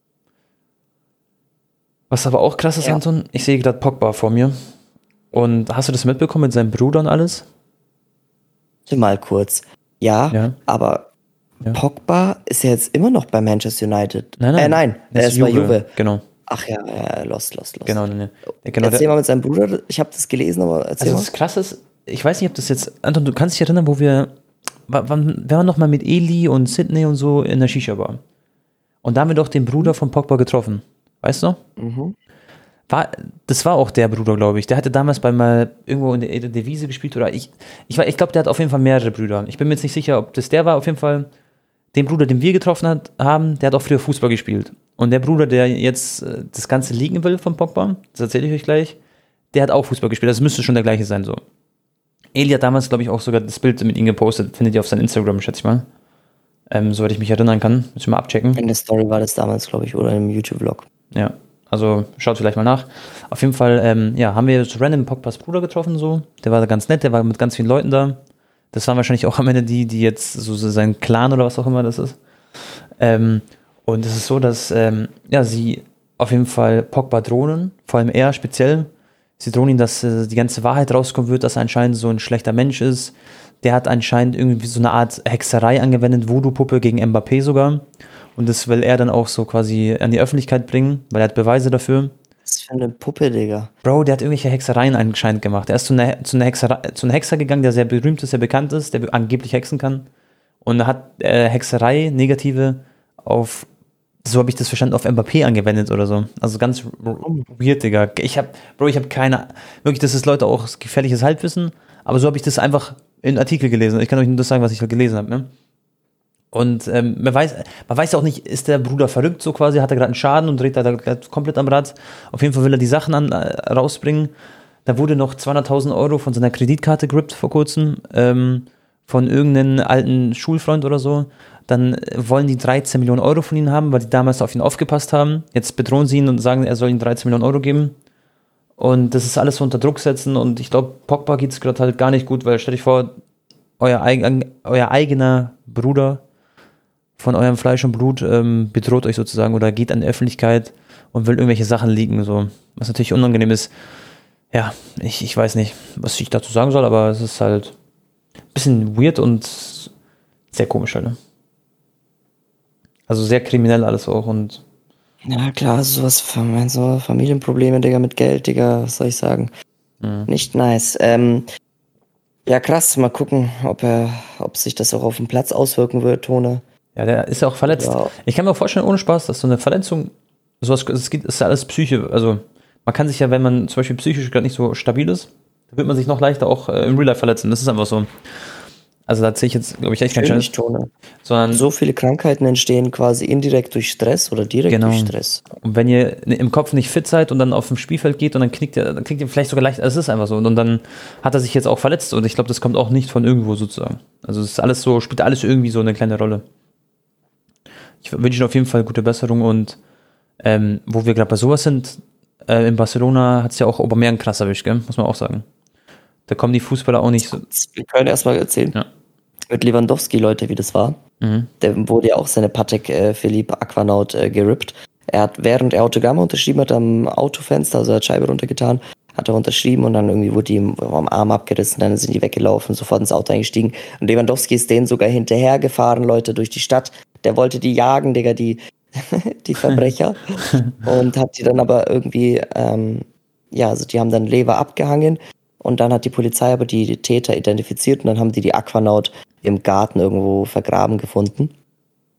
Was aber auch krass ist, Ja. Anton, ich sehe gerade Pogba vor mir. Und hast du das mitbekommen mit seinem Bruder und alles? Warte mal kurz. Ja, Ja. aber Ja. Pogba ist ja jetzt immer noch bei Manchester United. Nein, nein. Äh, nein, Das er ist bei Juve. Genau, Ach ja, ja, lost, lost, lost. genau, nee, nee. Ja, genau. Erzähl mal mit seinem Bruder, ich habe das gelesen, aber erzähl Also mal. das Krasse ist, ich weiß nicht, ob das jetzt, Anton, du kannst dich erinnern, wo wir, wa- wann, wir waren noch mal mit Eli und Sydney und so in der Shisha-Bar. Und da haben wir doch den Bruder von Pogba getroffen. Weißt du? Mhm. War, das war auch der Bruder, glaube ich. Der hatte damals bei mal irgendwo in der Eredivisie gespielt oder ich, ich, war- ich glaube, der hat auf jeden Fall mehrere Brüder. Ich bin mir jetzt nicht sicher, ob das der war. Auf jeden Fall den Bruder, den wir getroffen hat, haben, der hat auch früher Fußball gespielt. Und der Bruder, der jetzt äh, das Ganze liegen will von Pogba, das erzähle ich euch gleich, der hat auch Fußball gespielt. Das müsste schon der gleiche sein, so. Eli hat damals, glaube ich, auch sogar das Bild mit ihm gepostet. Findet ihr auf seinem Instagram, schätze ich mal. Ähm, soweit ich mich erinnern kann. Müssen wir mal abchecken. In der Story war das damals, glaube ich, oder im YouTube-Vlog. Ja, also schaut vielleicht mal nach. Auf jeden Fall, ähm, ja, haben wir so random Pogbas Bruder getroffen, so. Der war da ganz nett, der war mit ganz vielen Leuten da. Das waren wahrscheinlich auch am Ende die, die jetzt so, so sein Clan oder was auch immer das ist. Ähm, und es ist so, dass, ähm, ja, sie auf jeden Fall Pogba drohen, vor allem er speziell. Sie drohen ihm, dass äh, die ganze Wahrheit rauskommen wird, dass er anscheinend so ein schlechter Mensch ist. Der hat anscheinend irgendwie so eine Art Hexerei angewendet, Voodoo-Puppe gegen Mbappé sogar. Und das will er dann auch so quasi an die Öffentlichkeit bringen, weil er hat Beweise dafür. Was für eine Puppe, Digga. Bro, der hat irgendwelche Hexereien anscheinend gemacht. Er ist zu einer, zu einer, Hexerei, zu einer Hexer gegangen, der sehr berühmt ist, sehr bekannt ist, der angeblich hexen kann. Und hat äh, Hexerei, negative, auf, so habe ich das verstanden, auf Mbappé angewendet oder so. Also ganz r- weird, Digga. Ich hab, Bro, ich habe keine, wirklich, das ist Leute auch gefährliches Halbwissen, aber so habe ich das einfach in Artikel gelesen. Ich kann euch nur das sagen, was ich halt gelesen habe, ne? Und ähm, man weiß, man weiß auch nicht, ist der Bruder verrückt so quasi, hat er gerade einen Schaden und dreht da grad komplett am Rad. Auf jeden Fall will er die Sachen an, äh, rausbringen. Da wurde noch zweihunderttausend Euro von seiner Kreditkarte gerippt vor kurzem, ähm, von irgendeinem alten Schulfreund oder so. Dann äh, wollen die dreizehn Millionen Euro von ihm haben, weil die damals auf ihn aufgepasst haben. Jetzt bedrohen sie ihn und sagen, er soll ihnen dreizehn Millionen Euro geben. Und das ist alles so unter Druck setzen und ich glaube, Pogba geht es gerade halt gar nicht gut, weil stellt euch vor, euer, eig euer eigener Bruder von eurem Fleisch und Blut ähm, bedroht euch sozusagen oder geht an die Öffentlichkeit und will irgendwelche Sachen leaken, so. Was natürlich unangenehm ist. Ja, ich, ich weiß nicht, was ich dazu sagen soll, aber es ist halt ein bisschen weird und sehr komisch halt, ne? Also sehr kriminell alles auch und Ja, klar, sowas, Fam- so Familienprobleme, Digga, mit Geld, Digga, was soll ich sagen? Mhm. Nicht nice. Ähm, ja, krass, mal gucken, ob er, ob sich das auch auf dem Platz auswirken wird, Tone. ja, der ist ja auch verletzt. Ja. Ich kann mir auch vorstellen, ohne Spaß, dass so eine Verletzung, sowas, es geht, ist ja alles Psyche, also man kann sich ja, wenn man zum Beispiel psychisch gerade nicht so stabil ist, dann wird man sich noch leichter auch äh, im Real Life verletzen, das ist einfach so. Also da sehe ich jetzt, glaube ich, echt keinen Natürlich, Chance, Tone. sondern So viele Krankheiten entstehen quasi indirekt durch Stress oder direkt Genau. durch Stress. und wenn ihr im Kopf nicht fit seid und dann auf dem Spielfeld geht und dann knickt ihr, dann knickt ihr vielleicht sogar leicht, also es ist einfach so. Und dann hat er sich jetzt auch verletzt und ich glaube, das kommt auch nicht von irgendwo sozusagen. Also es ist alles so, spielt alles irgendwie so eine kleine Rolle. Ich wünsche ihm auf jeden Fall gute Besserung und ähm, wo wir gerade bei sowas sind, äh, in Barcelona hat es ja auch Aubameyang krass erwischt, gell? Muss man auch sagen. Da kommen die Fußballer auch nicht so. Wir können erstmal erzählen. Ja. Mit Lewandowski, Leute, wie das war. Mhm. Der wurde ja auch seine Patek äh, Philippe Aquanaut äh, gerippt. Er hat, während er Autogramme unterschrieben hat am Autofenster, also er hat Scheibe runtergetan, hat er unterschrieben und dann irgendwie wurde ihm am Arm abgerissen, dann sind die weggelaufen, sofort ins Auto eingestiegen. Und Lewandowski ist denen sogar hinterhergefahren, Leute, durch die Stadt. Der wollte die jagen, Digga, die, die Verbrecher. Und hat die dann aber irgendwie, ähm, ja, also die haben dann Lever abgehangen. Und dann hat die Polizei aber die Täter identifiziert und dann haben die die Aquanaut im Garten irgendwo vergraben gefunden.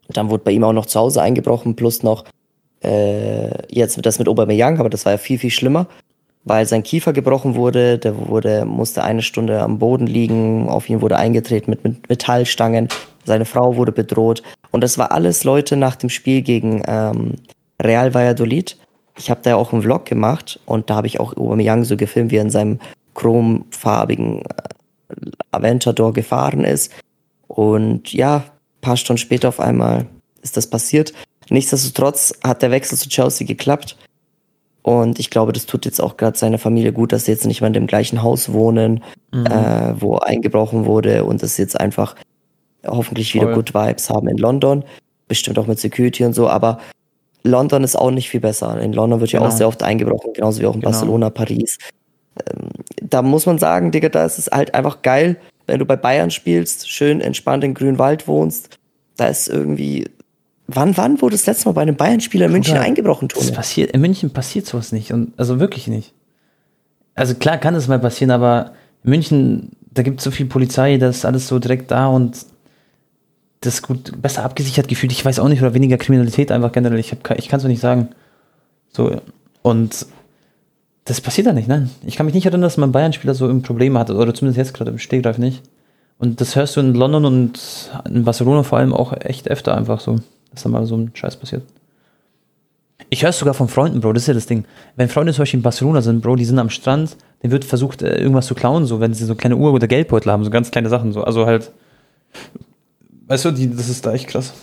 Dann wurde bei ihm auch noch zu Hause eingebrochen, plus noch äh, jetzt das mit Aubameyang, aber das war ja viel, viel schlimmer, weil sein Kiefer gebrochen wurde, der wurde, musste eine Stunde am Boden liegen, auf ihn wurde eingetreten mit, mit Metallstangen, seine Frau wurde bedroht und das war alles Leute nach dem Spiel gegen ähm, Real Valladolid. Ich habe da ja auch einen Vlog gemacht und da habe ich auch Aubameyang so gefilmt, wie er in seinem chromfarbigen äh, Aventador gefahren ist und ja, ein paar Stunden später auf einmal ist das passiert. Nichtsdestotrotz hat der Wechsel zu Chelsea geklappt. Und ich glaube, das tut jetzt auch gerade seiner Familie gut, dass sie jetzt nicht mehr in dem gleichen Haus wohnen, mhm. äh, wo eingebrochen wurde und dass sie jetzt einfach hoffentlich wieder Good Vibes haben in London. Bestimmt auch mit Security und so, aber London ist auch nicht viel besser. In London wird ja genau. auch sehr oft eingebrochen, genauso wie auch in genau. Barcelona, Paris. Ähm, da muss man sagen, Digga, da ist es halt einfach geil, wenn du bei Bayern spielst, schön entspannt in Grünwald wohnst. Da ist irgendwie... Wann, wann wurde das letzte Mal bei einem Bayern-Spieler in München Bruder, eingebrochen, Tone? Das passiert, in München passiert sowas nicht. Und, also wirklich nicht. Also klar kann es mal passieren, aber in München, da gibt es so viel Polizei, da ist alles so direkt da und das ist gut, besser abgesichert gefühlt. Ich weiß auch nicht, oder weniger Kriminalität einfach generell. Ich, hab, ich kann es auch nicht sagen. So, und das passiert da nicht, nein. Ich kann mich nicht erinnern, dass man Bayern-Spieler so ein Problem hatte, oder zumindest jetzt gerade im Stegreif nicht. Und das hörst du in London und in Barcelona vor allem auch echt öfter einfach so. Dass da mal so ein Scheiß passiert. Ich höre es sogar von Freunden, Bro, das ist ja das Ding. Wenn Freunde zum Beispiel in Barcelona sind, Bro, die sind am Strand, denen wird versucht, irgendwas zu klauen, so, wenn sie so kleine Uhr oder Geldbeutel haben, so ganz kleine Sachen, so. Also halt, weißt du, die, das ist da echt krass.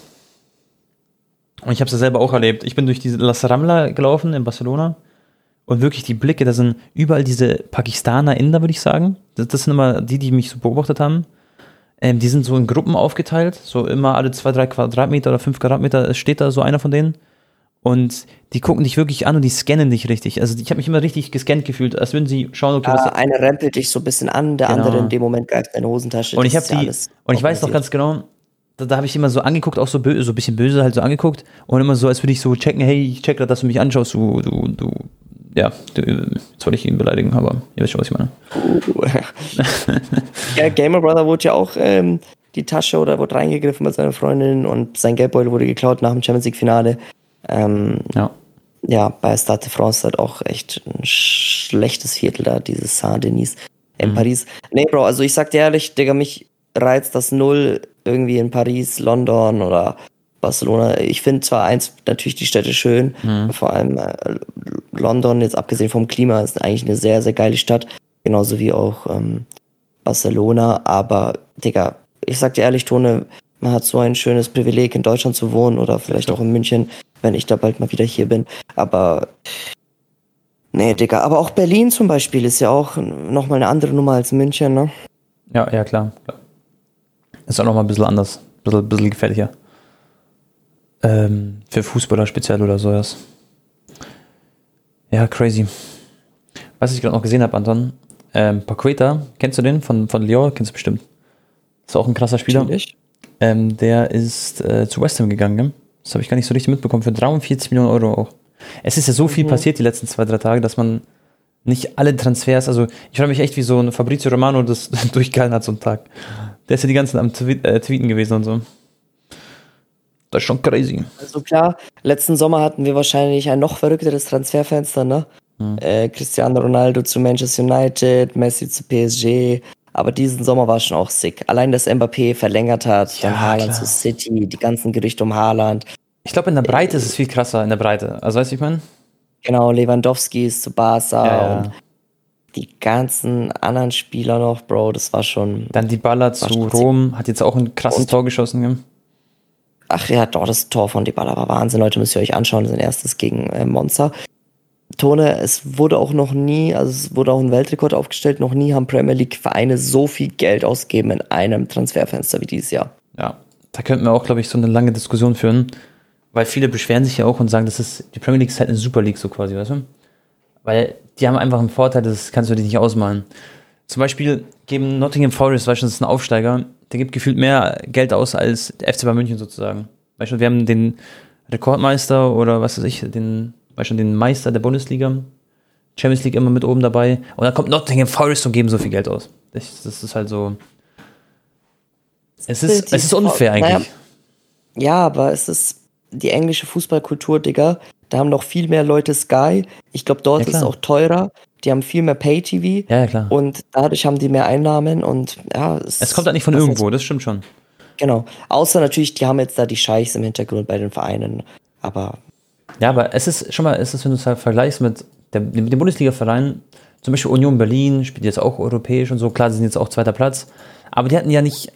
Und ich habe es ja selber auch erlebt. Ich bin durch diese Las Rambla gelaufen in Barcelona und wirklich die Blicke, da sind überall diese Pakistaner, Inder, würde ich sagen. Das, das sind immer die, die mich so beobachtet haben. Ähm, die sind so in Gruppen aufgeteilt, so immer alle zwei, drei Quadratmeter oder fünf Quadratmeter steht da so einer von denen und die gucken dich wirklich an und die scannen dich richtig. Also ich habe mich immer richtig gescannt gefühlt, als würden sie schauen, okay, ja, was... Einer rempelt dich so ein bisschen an, der genau. andere in dem Moment greift deine Hosentasche. Und ich habe die, und ich weiß noch ganz genau, da, da habe ich immer so angeguckt, auch so, bö- so ein bisschen böse halt so angeguckt und immer so, als würde ich so checken, hey, ich check gerade, dass du mich anschaust, du, du, du, ja, du, jetzt wollte ich ihn beleidigen, aber ihr wisst schon, was ich meine. Uh. Ja, Gamer Brother wurde ja auch ähm, die Tasche oder wurde reingegriffen bei seiner Freundin und sein Geldbeutel wurde geklaut nach dem Champions League Finale. Ähm, ja. Ja, bei Stade de France halt auch echt ein schlechtes Viertel da, dieses Saint-Denis in mhm. Paris. Nee, Bro, also ich sag dir ehrlich, Digga, mich reizt das null irgendwie in Paris, London oder Barcelona. Ich finde zwar eins natürlich die Städte schön, mhm. vor allem äh, London, jetzt abgesehen vom Klima, ist eigentlich eine sehr, sehr geile Stadt, genauso wie auch ähm, Barcelona, aber Digga, ich sag dir ehrlich, Tone, man hat so ein schönes Privileg, in Deutschland zu wohnen oder vielleicht auch in München, wenn ich da bald mal wieder hier bin, aber nee, Digga, aber auch Berlin zum Beispiel ist ja auch nochmal eine andere Nummer als München, ne? Ja, ja, klar. klar. Ist auch nochmal ein bisschen anders, ein bisschen, bisschen gefährlicher. Ähm, für Fußballer speziell oder so, das. Ja, crazy. Was ich gerade noch gesehen habe, Anton, ähm, Paqueta, kennst du den von, von Lyon? Kennst du bestimmt. Ist auch ein krasser Spieler. Ähm, der ist äh, zu West Ham gegangen, ne? Das habe ich gar nicht so richtig mitbekommen, für dreiundvierzig Millionen Euro auch. Es ist ja so viel mhm. passiert die letzten zwei, drei Tage, dass man nicht alle Transfers, also ich frage mich echt, wie so ein Fabrizio Romano das durchgehalten hat so einen Tag. Der ist ja die ganze Zeit am Tweet, äh, Tweeten gewesen und so. Das ist schon crazy. Also klar, letzten Sommer hatten wir wahrscheinlich ein noch verrückteres Transferfenster, ne? Mhm. Äh, Cristiano Ronaldo zu Manchester United, Messi zu P S G, aber diesen Sommer war schon auch sick. Allein, dass Mbappé verlängert hat, ja, dann Haaland klar. zu City, die ganzen Gerüchte um Haaland. Ich glaube, in der Breite äh, ist es viel krasser, in der Breite. Also, weißt du, ich meine? Genau, Lewandowski ist zu Barca ja, ja. und die ganzen anderen Spieler noch, Bro, das war schon... Dann Dybala zu Rom, sick. Hat jetzt auch ein krasses und, Tor geschossen. Ja. Ach ja, doch, das Tor von Dybala war Wahnsinn, Leute, müsst ihr euch anschauen, sein erstes gegen äh, Monza. Tone, es wurde auch noch nie, also es wurde auch ein Weltrekord aufgestellt, noch nie haben Premier League Vereine so viel Geld ausgegeben in einem Transferfenster wie dieses Jahr. Ja, da könnten wir auch, glaube ich, so eine lange Diskussion führen, weil viele beschweren sich ja auch und sagen, das ist, die Premier League ist halt eine Super League so quasi, weißt du? Weil die haben einfach einen Vorteil, das kannst du dir nicht ausmalen. Zum Beispiel geben Nottingham Forest, weißt du, das ist ein Aufsteiger, der gibt gefühlt mehr Geld aus als der F C Bayern München sozusagen. Weißt du, wir haben den Rekordmeister oder was weiß ich, den, weißt du, den Meister der Bundesliga, Champions League immer mit oben dabei und dann kommt Nottingham Forest und geben so viel Geld aus. Das, das ist halt so, es ist, es ist unfair eigentlich. Naja. Ja, aber es ist die englische Fußballkultur, Digga. Da haben noch viel mehr Leute Sky. Ich glaube, dort Ja, ist es klar. auch teurer. Die haben viel mehr Pay-T V Ja, ja, klar. und dadurch haben die mehr Einnahmen und ja, Es kommt halt nicht von was irgendwo, jetzt- das stimmt schon. Genau. Außer natürlich, die haben jetzt da die Scheichs im Hintergrund bei den Vereinen. Aber Ja, aber es ist schon mal, es ist, wenn du es halt vergleichst mit, der, mit den Bundesliga-Vereinen, zum Beispiel Union Berlin spielt jetzt auch europäisch und so, klar, sie sind jetzt auch zweiter Platz, aber die hatten ja nicht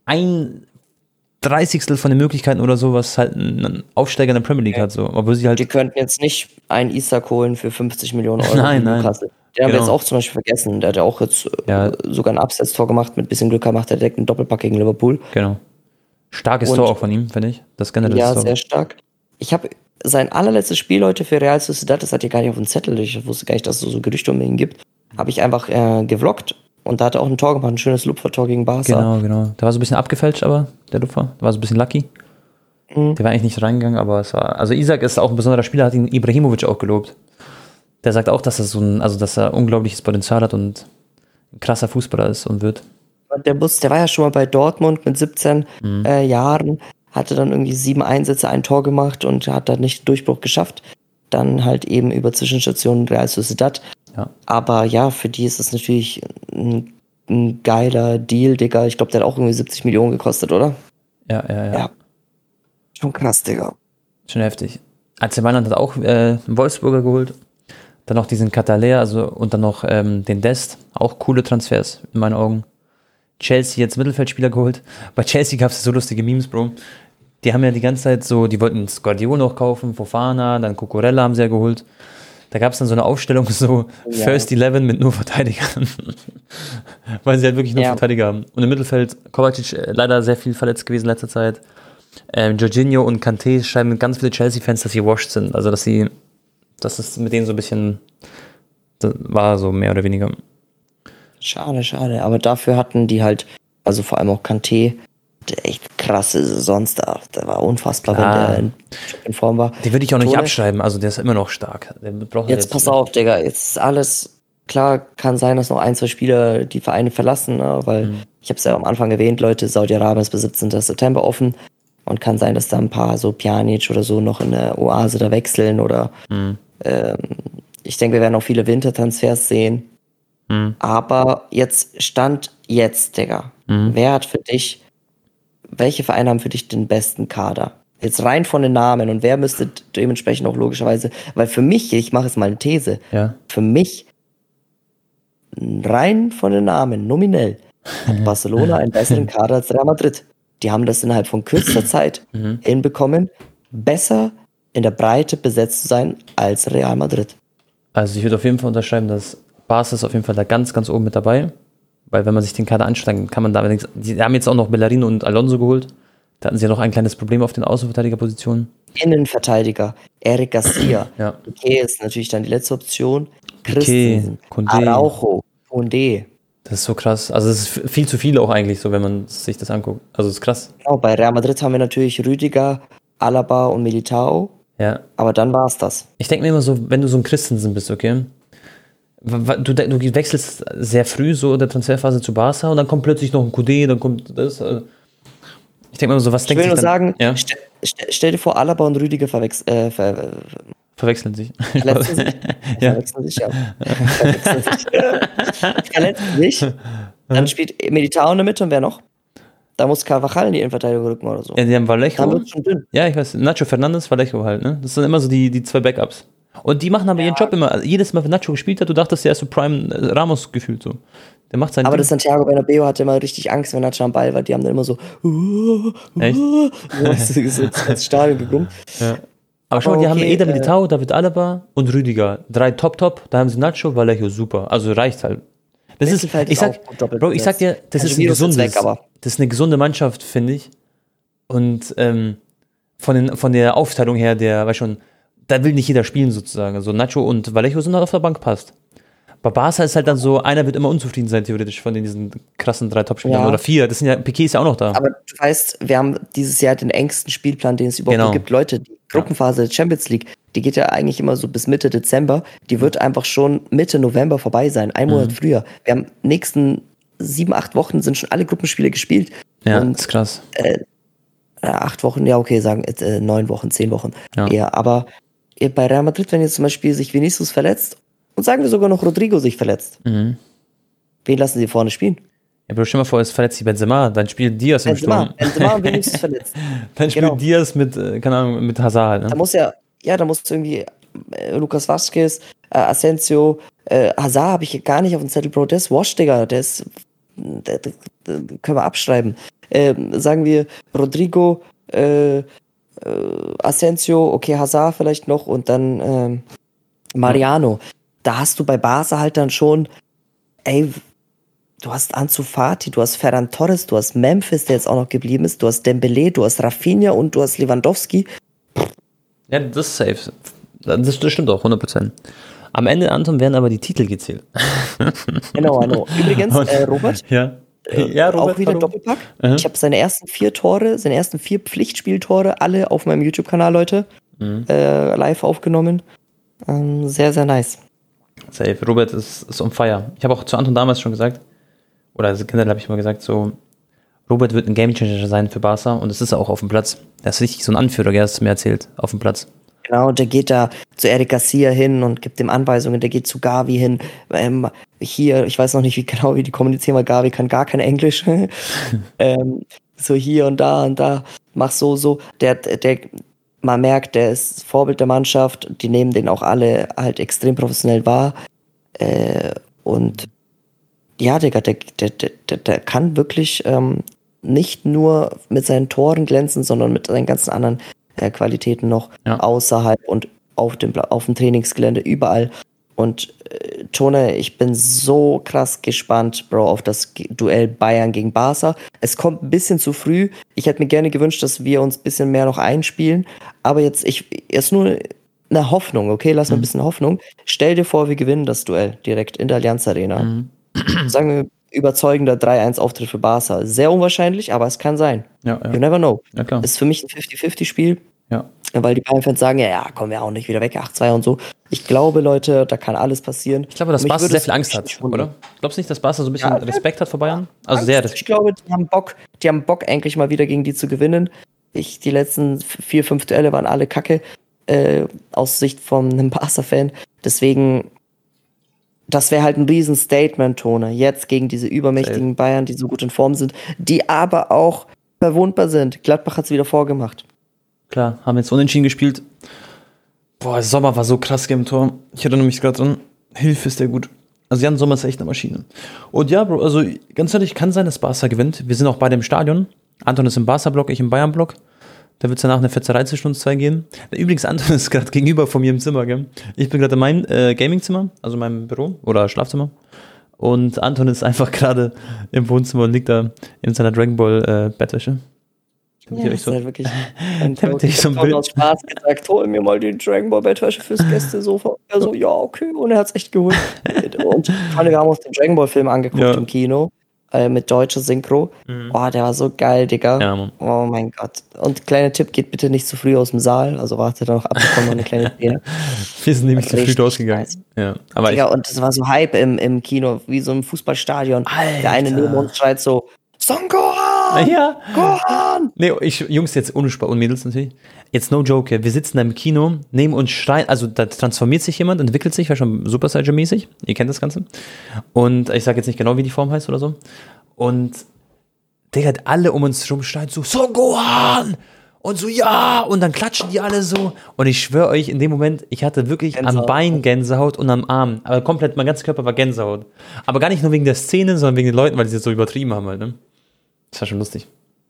ein Dreißigstel von den Möglichkeiten oder so, was halt ein Aufsteiger in der Premier League hat, so, obwohl sie halt, die könnten jetzt nicht einen Isak holen für fünfzig Millionen Euro Nein, in nein. Newcastle. Den haben wir Genau. jetzt auch zum Beispiel vergessen. Der hat ja auch jetzt äh, Ja. sogar ein Abseits-Tor gemacht. Mit bisschen Glück gemacht er direkt einen Doppelpack gegen Liverpool. genau, starkes Und- Tor auch von ihm, finde ich, das generell Ja, Tor. sehr stark. Ich habe sein allerletztes Spiel heute für Real Sociedad, das hat ihr gar nicht auf dem Zettel, ich wusste gar nicht, dass es so Gerüchte um ihn gibt, habe ich einfach äh, gevloggt und da hat er auch ein Tor gemacht, ein schönes Lupfertor gegen Barca. Genau, genau. Der war so ein bisschen abgefälscht, aber der Lupfer, der war so ein bisschen lucky. Mhm. Der war eigentlich nicht reingegangen, aber es war, also Isak ist auch ein besonderer Spieler, hat ihn Ibrahimovic auch gelobt. Der sagt auch, dass er so ein, also dass er unglaubliches Potenzial hat und ein krasser Fußballer ist und wird. Der Bus, der war ja schon mal bei Dortmund mit siebzehn Mhm. äh, Jahren, hatte dann irgendwie sieben Einsätze, ein Tor gemacht und hat dann nicht den Durchbruch geschafft. Dann halt eben über Zwischenstationen Real Sociedad. Ja. Aber ja, für die ist es natürlich ein, ein geiler Deal, Digga. Ich glaube, der hat auch irgendwie siebzig Millionen gekostet, oder? Ja, ja, ja. Ja. Schon krass, Digga. Schon heftig. A C Mailand hat auch äh, einen Wolfsburger geholt. Dann noch diesen Catalea, also und dann noch ähm, den Dest. Auch coole Transfers in meinen Augen. Chelsea jetzt Mittelfeldspieler geholt. Bei Chelsea gab es so lustige Memes, Bro. Die haben ja die ganze Zeit so, die wollten Guardiola noch kaufen, Fofana, dann Cucurella haben sie ja geholt. Da gab es dann so eine Aufstellung, so Ja. First Eleven mit nur Verteidigern. Weil sie halt wirklich nur Ja. Verteidiger haben. Und im Mittelfeld, Kovacic äh, leider sehr viel verletzt gewesen in letzter Zeit. Ähm, Jorginho und Kanté schreiben ganz viele Chelsea-Fans, dass sie washed sind. Also, dass sie, dass es mit denen so ein bisschen, das war so mehr oder weniger. Schade, schade. Aber dafür hatten die halt, also vor allem auch Kanté, hatte echt krasse Saisons da. Der war unfassbar, Klar. wenn der in, in Form war. Den würde ich auch nicht Tone, abschreiben, also der ist immer noch stark. Der braucht Jetzt pass auf, Digga. Jetzt ist alles klar. Kann sein, dass noch ein, zwei Spieler die Vereine verlassen, ne? Weil Mhm. ich habe es ja am Anfang erwähnt, Leute, Saudi-Arabien ist bis siebzehnten September offen. Und kann sein, dass da ein paar so Pjanic oder so noch in der Oase da wechseln oder Mhm. ähm, ich denke, wir werden auch viele Wintertransfers sehen. Mhm. Aber jetzt Stand jetzt, Digga. Mhm. Wer hat für dich, welche Vereine haben für dich den besten Kader? Jetzt rein von den Namen und wer müsste dementsprechend auch logischerweise, weil für mich, ich mache jetzt mal eine These, Ja. für mich rein von den Namen, nominell, hat Barcelona einen besseren Kader als Real Madrid. Die haben das innerhalb von kürzester Zeit Mhm. hinbekommen, besser in der Breite besetzt zu sein als Real Madrid. Also ich würde auf jeden Fall unterschreiben, dass Barca ist auf jeden Fall da ganz, ganz oben mit dabei. Weil wenn man sich den Kader anschaut, dann kann man da allerdings, die haben jetzt auch noch Bellerin und Alonso geholt. Da hatten sie ja noch ein kleines Problem auf den Außenverteidigerpositionen. Innenverteidiger, Eric Garcia. Ja. Okay, ist natürlich dann die letzte Option. Piqué, Christensen, Koundé. Araujo, Koundé. Das ist so krass. Also es ist viel zu viel auch eigentlich so, wenn man sich das anguckt. Also es ist krass. Genau, bei Real Madrid haben wir natürlich Rüdiger, Alaba und Militao. Ja. Aber dann war's das. Ich denke mir immer so, wenn du so ein Christensen bist, okay? W- Du, du wechselst sehr früh so in der Transferphase zu Barca und dann kommt plötzlich noch ein Koundé, dann kommt das. äh, Ich denke mir immer so, was Ich denkt will sich nur dann, sagen, ja, st st stell dir vor, Alaba und Rüdiger verwechs äh, ver verwechseln sich. verletzen sich. Ja. Verwechseln sich, ja. verwechseln sich. verletzen sich. Dann spielt Militao in der Mitte und wer noch? Da muss Carvajal in die Innenverteidigung rücken oder so. Ja, die haben Dann Vallejo. wird's schon dünn. Ja, ich weiß. Nacho Fernandes, Vallejo halt, ne? Das sind immer so die, die zwei Backups. Und die machen aber ihren Job immer. Also jedes Mal, wenn Nacho gespielt hat, du dachtest, der ist so Prime äh, Ramos gefühlt so. Der macht sein Aber Ding. das Santiago Bernabeu hatte immer richtig Angst, wenn Nacho am Ball war. Die haben dann immer so, Echt? so, so ins Stadion gekommen. Aber schau mal, die okay, haben Eder äh, Militao, David Alaba und Rüdiger. Drei Top-Top. Da haben sie Nacho, Vallejo, super. Also reicht halt. Das ist, Mittelfeld ich ist sag, auch gut doppelt Bro, ich sag dir, das ist, ein Casemiro ist jetzt gesundes, weg, aber- das ist eine gesunde Mannschaft, finde ich. Und ähm, von, den, von der Aufteilung her, der, weißt schon, da will nicht jeder spielen sozusagen. Also Nacho und Vallejo sind halt auf der Bank, passt. Bei Barca ist halt dann so, einer wird immer unzufrieden sein, theoretisch, von den, diesen krassen drei Top-Spielern. Ja. Oder vier, das sind ja, Piqué ist ja auch noch da. Aber du weißt, wir haben dieses Jahr den engsten Spielplan, den es überhaupt Genau. gibt. Leute, die Gruppenphase der Champions League, die geht ja eigentlich immer so bis Mitte Dezember. Die wird einfach schon Mitte November vorbei sein, ein Mhm. Monat früher. Wir haben nächsten sieben, acht Wochen sind schon alle Gruppenspiele gespielt. Ja, Und das ist krass. äh, acht Wochen, ja okay, sagen äh, neun Wochen, zehn Wochen Ja. eher. Aber äh, bei Real Madrid, wenn jetzt zum Beispiel sich Vinicius verletzt und sagen wir sogar noch Rodrigo sich verletzt, Mhm. wen lassen sie vorne spielen? Ja, aber stell dir mal vor, es verletzt sich Benzema, dann spielt Diaz im Benzema, Sturm. Benzema und Vinicius verletzt. Dann spielt Genau. Diaz mit, äh, keine Ahnung, mit Hazard halt, Da ne? muss ja, ja, da muss irgendwie äh, Lucas Vazquez, äh, Asensio, äh, Hazard habe ich gar nicht auf dem Zettel, Bro, der ist Wash, Digga, der ist, der, der, der, können wir abschreiben. Ähm, sagen wir Rodrigo, äh, äh, Asensio, okay, Hazard vielleicht noch und dann ähm, Mariano. Da hast du bei Barca halt dann schon, ey, du hast Ansu Fati, du hast Ferran Torres, du hast Memphis, der jetzt auch noch geblieben ist, du hast Dembele, du hast Rafinha und du hast Lewandowski. Ja, das ist safe. Das, das stimmt auch, hundert Prozent. Am Ende, Anton, werden aber die Titel gezählt. Genau, Anno. Übrigens, äh, Robert, Ja. äh, Ja, Robert, auch wieder hallo. Doppelpack. Mhm. Ich habe seine ersten vier Tore, seine ersten vier Pflichtspieltore, alle auf meinem YouTube-Kanal, Leute, Mhm. äh, live aufgenommen. Ähm, sehr, sehr nice. Safe. Robert ist, ist on fire. Ich habe auch zu Anton damals schon gesagt, oder also generell habe ich mal gesagt, so, Robert wird ein Gamechanger sein für Barca und es ist er auch auf dem Platz. Er ist richtig so ein Anführer, der hat es mir erzählt, auf dem Platz. Genau, der geht da zu Eric Garcia hin und gibt ihm Anweisungen, der geht zu Gavi hin. Ähm, hier, ich weiß noch nicht wie genau, wie die kommunizieren, weil Gavi kann gar kein Englisch. ähm, so hier und da und da, mach so, so. Der, der, man merkt, der ist Vorbild der Mannschaft, die nehmen den auch alle halt extrem professionell wahr. Äh, und ja, Digga, der, der, der, der kann wirklich ähm, nicht nur mit seinen Toren glänzen, sondern mit seinen ganzen anderen äh, Qualitäten noch Ja. außerhalb und auf dem, Pla- auf dem Trainingsgelände, überall. Und äh, Tone, ich bin so krass gespannt, Bro, auf das Ge- Duell Bayern gegen Barca. Es kommt ein bisschen zu früh. Ich hätte mir gerne gewünscht, dass wir uns ein bisschen mehr noch einspielen. Aber jetzt, ich, ist nur eine Hoffnung, okay? Lass mal ein bisschen Hoffnung. Stell dir vor, wir gewinnen das Duell direkt in der Allianz Arena. Mhm. Sagen wir, überzeugender drei eins Auftritt für Barca. Sehr unwahrscheinlich, aber es kann sein. Ja, You ja. never know. Ja, klar. Ist für mich ein fünfzig fünfzig Spiel, Ja. weil die Bayern-Fans sagen, ja, ja, kommen wir auch nicht wieder weg, acht zwei und so. Ich glaube, Leute, da kann alles passieren. Ich glaube, dass Mich Barca würde sehr es viel Angst hat, nicht wundern. oder? Glaubst du nicht, dass Barca so ein bisschen Ja, Respekt hat vor Bayern? Also Angst. sehr Ich glaube, die haben Bock, die haben Bock, endlich mal wieder gegen die zu gewinnen. Ich, die letzten vier, fünf Duelle waren alle kacke, äh, aus Sicht von einem Barca-Fan. Deswegen, das wäre halt ein riesen Statement-Tone. Jetzt gegen diese übermächtigen Bayern, die so gut in Form sind, die aber auch verwundbar sind. Gladbach hat es wieder vorgemacht. Klar, haben jetzt unentschieden gespielt. Boah, der Sommer war so krass im Tor. Ich erinnere mich gerade dran. Hilfe ist der gut. Also Jan Sommer ist echt eine Maschine. Und ja, Bro, also ganz ehrlich, kann sein, dass Barca gewinnt. Wir sind auch beide im Stadion. Anton ist im Barca-Block, ich im Bayern-Block. Da wird es danach eine Fetzerei zwischen uns zwei gehen. Übrigens, Anton ist gerade gegenüber von mir im Zimmer, gell? Ich bin gerade in meinem äh, Gaming-Zimmer, also in meinem Büro oder Schlafzimmer. Und Anton ist einfach gerade im Wohnzimmer und liegt da in seiner Dragon Ball äh, Bettwäsche. Ja, das ist halt wirklich ein Damit Joke. ich Ich so ein hab Bild- aus Spaß gesagt, hol mir mal die Dragon Ball Bettwäsche fürs Gästesofa. Er so, ja, okay. Und er hat's echt geholt. Und vor allem, wir haben uns den Dragon Ball Film angeguckt Ja. im Kino. Äh, mit deutscher Synchro. Mhm. Oh, der war so geil, Digga. Ja, Mann. Oh mein Gott. Und kleiner Tipp, geht bitte nicht zu früh aus dem Saal. Also wartet da noch ab, bekommt noch eine kleine Szene. Wir sind nämlich zu früh Richtig rausgegangen. nice. Ja, aber ich, Digga, und das war so Hype im, im Kino, wie so im Fußballstadion. Alter. Der eine neben uns schreit so, Son Gohan! ja. Gohan! Nee, ich, Jungs, jetzt ohne Spaß und Mädels natürlich. Jetzt no joke, ja. Wir sitzen da im Kino, neben uns schreien, also da transformiert sich jemand, entwickelt sich, war schon Super Saiyan-mäßig. Ihr kennt das Ganze. Und ich sage jetzt nicht genau, wie die Form heißt oder so. Und Digga, alle um uns rum schreien so, Son Gohan! Und so, ja! Und dann klatschen die alle so. Und ich schwöre euch, in dem Moment, ich hatte wirklich am Gänsehaut. Bein Gänsehaut und am Arm. Aber komplett, mein ganzer Körper war Gänsehaut. Aber gar nicht nur wegen der Szene, sondern wegen den Leuten, weil die das so übertrieben haben halt, ne? Das war schon lustig.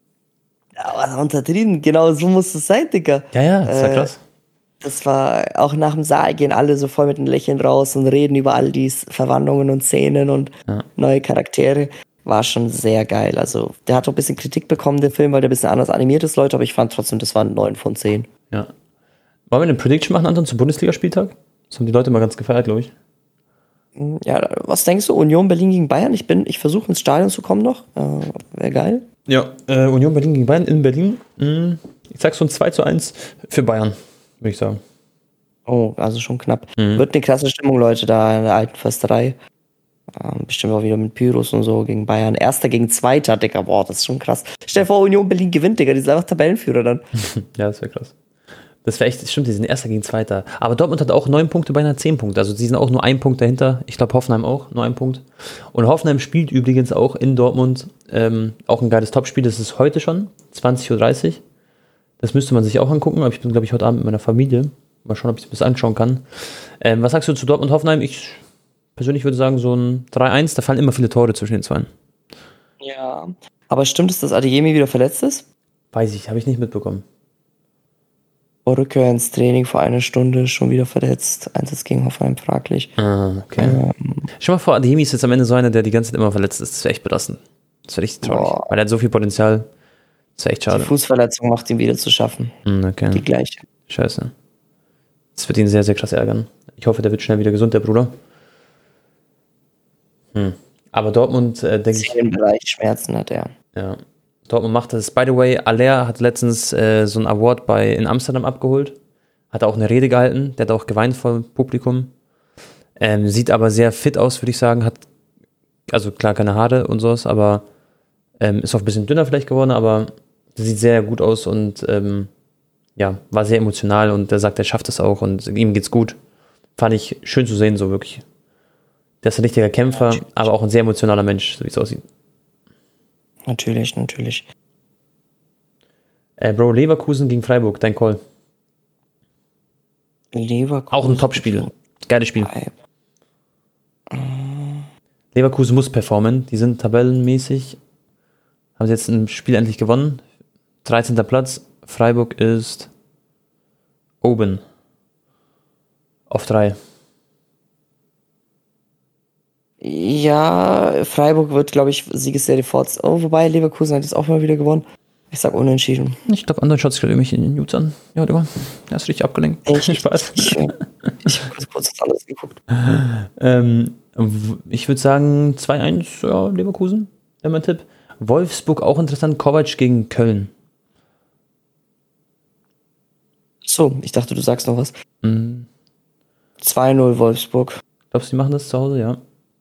Aber untertrieben, genau so muss es sein, Digga. Ja, ja, das war Äh, krass. Das war auch nach dem Saal gehen alle so voll mit einem Lächeln raus und reden über all die Verwandlungen und Szenen und Ja. neue Charaktere. War schon sehr geil. Also, der hat auch ein bisschen Kritik bekommen, der Film, weil der ein bisschen anders animiert ist, Leute, aber ich fand trotzdem, das waren neun von zehn. Ja. Wollen wir eine Prediction machen, Anton, zum Bundesligaspieltag? Das haben die Leute mal ganz gefeiert, glaube ich. Ja, was denkst du? Union Berlin gegen Bayern? Ich bin, ich versuche ins Stadion zu kommen noch. Äh, Wäre geil. Ja, äh, Union Berlin gegen Bayern in Berlin. Mm, ich sag so ein zwei zu eins für Bayern, würde ich sagen. Oh, also schon knapp. Mhm. Wird eine krasse Stimmung, Leute, da in der alten Försterei. Ähm, bestimmt auch wieder mit Pyros und so gegen Bayern. Erster gegen Zweiter, Digga. Boah, das ist schon krass. Stell dir vor, Union Berlin gewinnt, Digga. Die sind einfach Tabellenführer dann. Ja, das wäre krass. Das wäre echt, stimmt, die sind Erster gegen Zweiter. Aber Dortmund hat auch neun Punkte, beinahe zehn Punkte. Also sie sind auch nur ein Punkt dahinter. Ich glaube, Hoffenheim auch, nur ein Punkt. Und Hoffenheim spielt übrigens auch in Dortmund ähm, auch ein geiles Topspiel. Das ist heute schon, zwanzig Uhr dreißig. Das müsste man sich auch angucken. Aber ich bin, glaube ich, heute Abend mit meiner Familie. Mal schauen, ob ich das anschauen kann. Ähm, was sagst du zu Dortmund-Hoffenheim? Ich persönlich würde sagen, so ein drei eins. Da fallen immer viele Tore zwischen den zwei. Ja. Aber stimmt es, dass Adeyemi wieder verletzt ist? Weiß ich, habe ich nicht mitbekommen. Vor Rückkehr ins Training vor einer Stunde schon wieder verletzt. Einsatz gegen Hoffenheim fraglich. Ah, okay. Ähm, Stell mal vor, Adeyemi ist jetzt am Ende so einer, der die ganze Zeit immer verletzt ist. Das wäre echt belastend. Das wäre richtig traurig. Boah. Weil er hat so viel Potenzial. Das wäre echt die schade. Fußverletzung macht ihn wieder zu schaffen. Hm, okay. Die gleiche. Scheiße. Das wird ihn sehr, sehr krass ärgern. Ich hoffe, der wird schnell wieder gesund, der Bruder. Hm. Aber Dortmund, äh, denke ich. Zehn Bereich Schmerzen hat er. Ja. Dortmund macht das. By the way, Aller hat letztens äh, so einen Award bei, in Amsterdam abgeholt. Hat auch eine Rede gehalten. Der hat auch geweint vor Publikum. Ähm, sieht aber sehr fit aus, würde ich sagen. Hat, also klar, keine Haare und sowas, aber ähm, ist auch ein bisschen dünner vielleicht geworden, aber sieht sehr gut aus und ähm, ja, war sehr emotional und er sagt, er schafft es auch und ihm geht's gut. Fand ich schön zu sehen, so wirklich. Der ist ein richtiger Kämpfer, aber auch ein sehr emotionaler Mensch, so wie es aussieht. Natürlich, natürlich. Äh, Bro, Leverkusen gegen Freiburg, dein Call. Leverkusen. Auch ein Top-Spiel. Geiles Spiel. Äh, Leverkusen muss performen. Die sind tabellenmäßig. Haben sie jetzt ein Spiel endlich gewonnen. dreizehnter Platz. Freiburg ist oben. Auf drei. Ja, Freiburg wird, glaube ich, Siegesserie fortsetzen. Oh, wobei Leverkusen hat jetzt auch mal wieder gewonnen. Ich sag unentschieden. Ich glaube, Andern schaut sich gerade irgendwelche News an. Ja, Digga. Er ist richtig abgelenkt. Echt? Spaß. Ich, ich habe kurz was anderes geguckt. ähm, ich würde sagen zwei eins, ja, Leverkusen, wäre mein Tipp. Wolfsburg auch interessant. Kovac gegen Köln. So, ich dachte, du sagst noch was. Mhm. zwei null Wolfsburg. Glaubst du, die machen das zu Hause? Ja.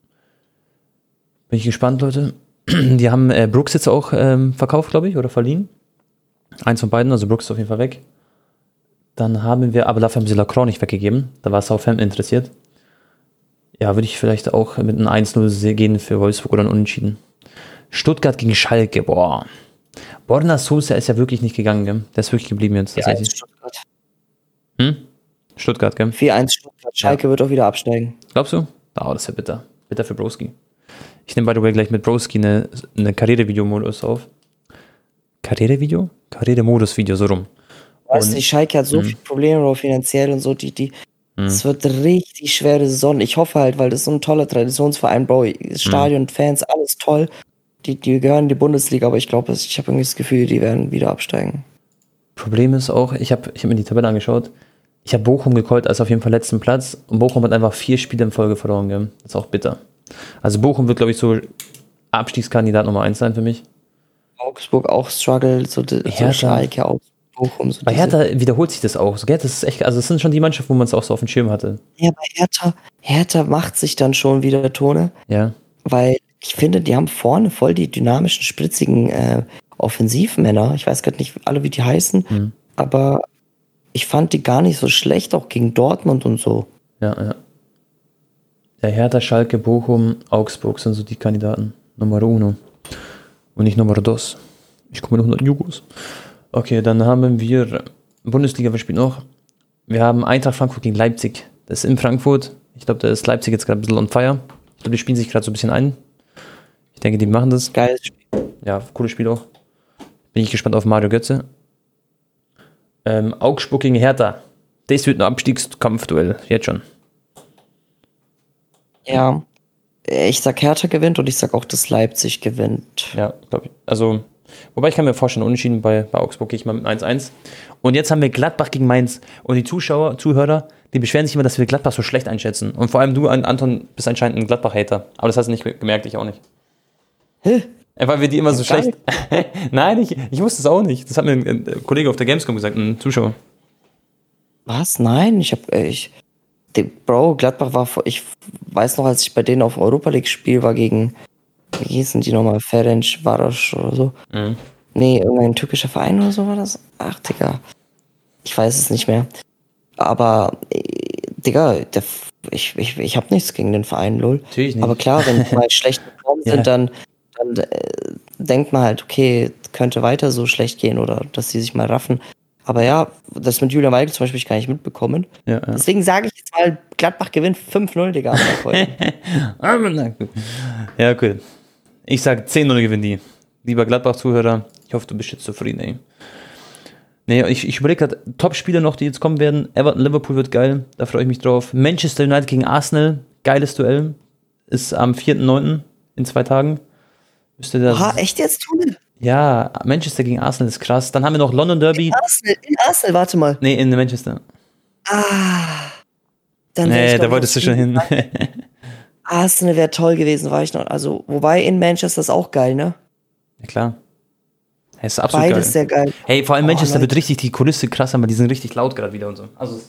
Bin ich gespannt, Leute. Die haben äh, Brooks jetzt auch ähm, verkauft, glaube ich, oder verliehen. Eins von beiden, also Brooks ist auf jeden Fall weg. Dann haben wir, aber dafür haben sie Lacroix nicht weggegeben. Da war Southampton interessiert. Ja, würde ich vielleicht auch mit einem eins null gehen für Wolfsburg oder ein Unentschieden. Stuttgart gegen Schalke, boah. Borna Sosa ist ja wirklich nicht gegangen, gell? Der ist wirklich geblieben jetzt. vier eins Stuttgart. Hm? Stuttgart, gell? vier eins Stuttgart. Schalke ja. Wird auch wieder absteigen. Glaubst du? Oh, das ist ja bitter. Bitter für Broski. Ich nehme, by the way, gleich mit Broski eine, eine Karriere-Video-Modus auf. Karriere-Video? Karriere-Modus-Video, so rum. Weißt du, Schalke hat so viele Probleme, auch finanziell und so, die, die, es wird richtig schwere Saison. Ich hoffe halt, weil das ist so ein toller Traditionsverein, Bro, Stadion, mhm. Fans, alles toll. Die, die gehören in die Bundesliga, aber ich glaube, ich habe irgendwie das Gefühl, die werden wieder absteigen. Problem ist auch, ich habe ich hab mir die Tabelle angeschaut, ich habe Bochum gecallt als auf jeden Fall letzten Platz und Bochum hat einfach vier Spiele in Folge verloren, gell? Das ist auch bitter. Also Bochum wird, glaube ich, so Abstiegskandidat Nummer eins sein für mich. Augsburg auch Struggle, so, so Schalke, Augsburg, Bochum. So bei Hertha wiederholt sich das auch. Gell? Das ist echt, also das sind schon die Mannschaften, wo man es auch so auf dem Schirm hatte. Ja, bei Hertha, Hertha macht sich dann schon wieder Tone. Ja. Weil ich finde, die haben vorne voll die dynamischen, spritzigen äh, Offensivmänner. Ich weiß gerade nicht alle, wie die heißen, mhm. aber ich fand die gar nicht so schlecht, auch gegen Dortmund und so. Ja, ja. Der Hertha, Schalke, Bochum, Augsburg sind so die Kandidaten. Nummer uno. Und nicht Nummer dos. Ich gucke mir noch hundert Jugos. Okay, dann haben wir Bundesliga, wer spielt noch? Wir haben Eintracht Frankfurt gegen Leipzig. Das ist in Frankfurt. Ich glaube, da ist Leipzig jetzt gerade ein bisschen on fire. Ich glaube, die spielen sich gerade so ein bisschen ein. Ich denke, die machen das. Geiles Spiel. Ja, cooles Spiel auch. Bin ich gespannt auf Mario Götze. Ähm, Augsburg gegen Hertha. Das wird ein Abstiegskampfduell. Jetzt schon. Ja. Ich sag, Hertha gewinnt und ich sag auch, dass Leipzig gewinnt. Ja, glaube ich. Also, wobei ich kann mir vorstellen, unentschieden bei, bei Augsburg gehe ich mal mit eins eins. Und jetzt haben wir Gladbach gegen Mainz. Und die Zuschauer, Zuhörer, die beschweren sich immer, dass wir Gladbach so schlecht einschätzen. Und vor allem du, Anton, bist anscheinend ein Gladbach-Hater. Aber das hast du nicht gemerkt, ich auch nicht. Hä? Weil wir die immer so schlecht... Nein, ich, ich wusste es auch nicht. Das hat mir ein, ein Kollege auf der Gamescom gesagt, ein Zuschauer. Was? Nein, ich hab... Ich, Die, Bro, Gladbach war, vor- ich weiß noch, als ich bei denen auf dem Europa League-Spiel war gegen, wie hießen die nochmal, Ferenc Varos oder so. Mhm. Nee, irgendein türkischer Verein oder so war das. Ach, Digga. Ich weiß es nicht mehr. Aber, äh, Digga, der, ich, ich, ich hab nichts gegen den Verein, lol. Natürlich nicht. Aber klar, wenn die mal schlecht in Form sind, Ja. dann, dann äh, denkt man halt, okay, könnte weiter so schlecht gehen oder dass die sich mal raffen. Aber ja, das mit Julian Weigl zum Beispiel hab ich gar nicht mitbekommen. Ja, ja. Deswegen sage ich jetzt mal, Gladbach gewinnt fünf null, Digga. am Tag heute. Ja, cool. Ich sag zehn null gewinnen die. Lieber Gladbach-Zuhörer, ich hoffe, du bist jetzt zufrieden, ey. Nee, ich, ich überlege gerade, Top-Spiele noch, die jetzt kommen werden. Everton, Liverpool wird geil, da freue ich mich drauf. Manchester United gegen Arsenal, geiles Duell. Ist am vierten neunten in zwei Tagen. Müsste das. Aha, echt jetzt, Tune? Ja, Manchester gegen Arsenal ist krass. Dann haben wir noch London Derby. Arsenal, in Arsenal, warte mal. Nee, in Manchester. Ah. Dann wär Nee, ich, da glaub, wolltest du noch- schon hin. Arsenal wäre toll gewesen, war ich noch. Also, wobei in Manchester ist auch geil, ne? Ja, klar. Ja, ist absolut Beides geil. sehr geil. Hey, vor allem Oh, Manchester Leute. wird richtig die Kulisse krass, aber die sind richtig laut gerade wieder und so. Also,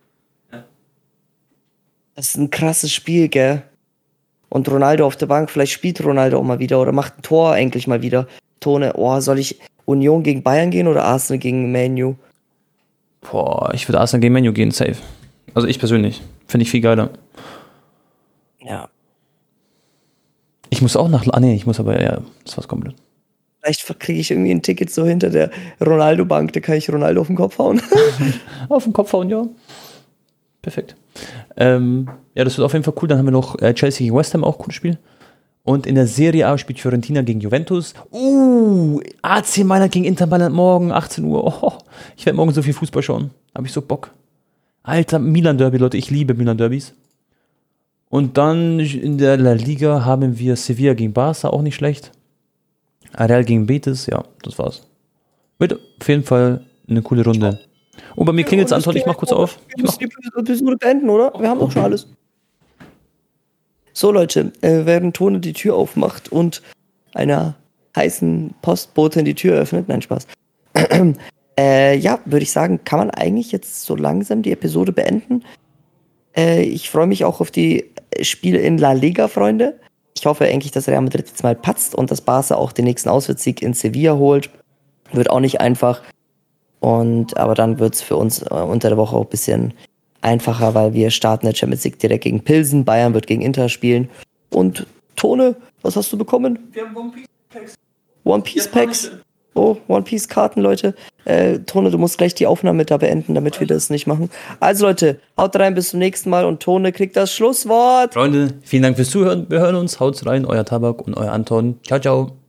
Das ist ein krasses Spiel, gell? Und Ronaldo auf der Bank, vielleicht spielt Ronaldo auch mal wieder oder macht ein Tor endlich mal wieder. Tone, oh, soll ich Union gegen Bayern gehen oder Arsenal gegen Man U? boah, ich würde Arsenal gegen Man U gehen, safe. Also ich persönlich. Finde ich viel geiler. Ja. Ich muss auch nach. Ah, nee, ich muss aber, ja, das war's komplett. Vielleicht kriege ich irgendwie ein Ticket so hinter der Ronaldo-Bank, da kann ich Ronaldo auf den Kopf hauen. Auf den Kopf hauen, ja. Perfekt. Ähm, ja, das wird auf jeden Fall cool. Dann haben wir noch äh, Chelsea gegen West Ham, auch cooles Spiel. Und in der Serie A spielt Fiorentina gegen Juventus. Uh, A C Mailand gegen Inter Mailand morgen, achtzehn Uhr. Oh, ich werde morgen so viel Fußball schauen. Habe ich so Bock. Alter, Milan-Derby, Leute. Ich liebe Milan-Derbys. Und dann in der La Liga haben wir Sevilla gegen Barca, auch nicht schlecht. Real gegen Betis, ja, das war's. Wird auf jeden Fall eine coole Runde. Und bei mir klingelt's, Und das Anton, ich mach kurz auf. Wir Ich mach, müssen die Episode beenden, oder? Wir haben doch schon alles. So, Leute, äh, während Tone die Tür aufmacht und einer heißen Postbotin die Tür öffnet, nein, Spaß. äh, ja, würde ich sagen, kann man eigentlich jetzt so langsam die Episode beenden. Äh, ich freue mich auch auf die Spiele in La Liga, Freunde. Ich hoffe eigentlich, dass Real Madrid jetzt mal patzt und dass Barca auch den nächsten Auswärtssieg in Sevilla holt. Wird auch nicht einfach. Und, aber dann wird es für uns äh, unter der Woche auch ein bisschen einfacher, weil wir starten der Champions League direkt gegen Pilsen. Bayern wird gegen Inter spielen. Und Tone, was hast du bekommen? wir haben One Piece Packs. One Piece Packs. Oh, One Piece Karten, Leute. Äh, Tone, du musst gleich die Aufnahme da beenden, damit wir das nicht machen. Also Leute, haut rein, bis zum nächsten Mal und Tone kriegt das Schlusswort. Freunde, vielen Dank fürs Zuhören. Wir hören uns. Haut rein, euer Tabak und euer Anton. Ciao, ciao.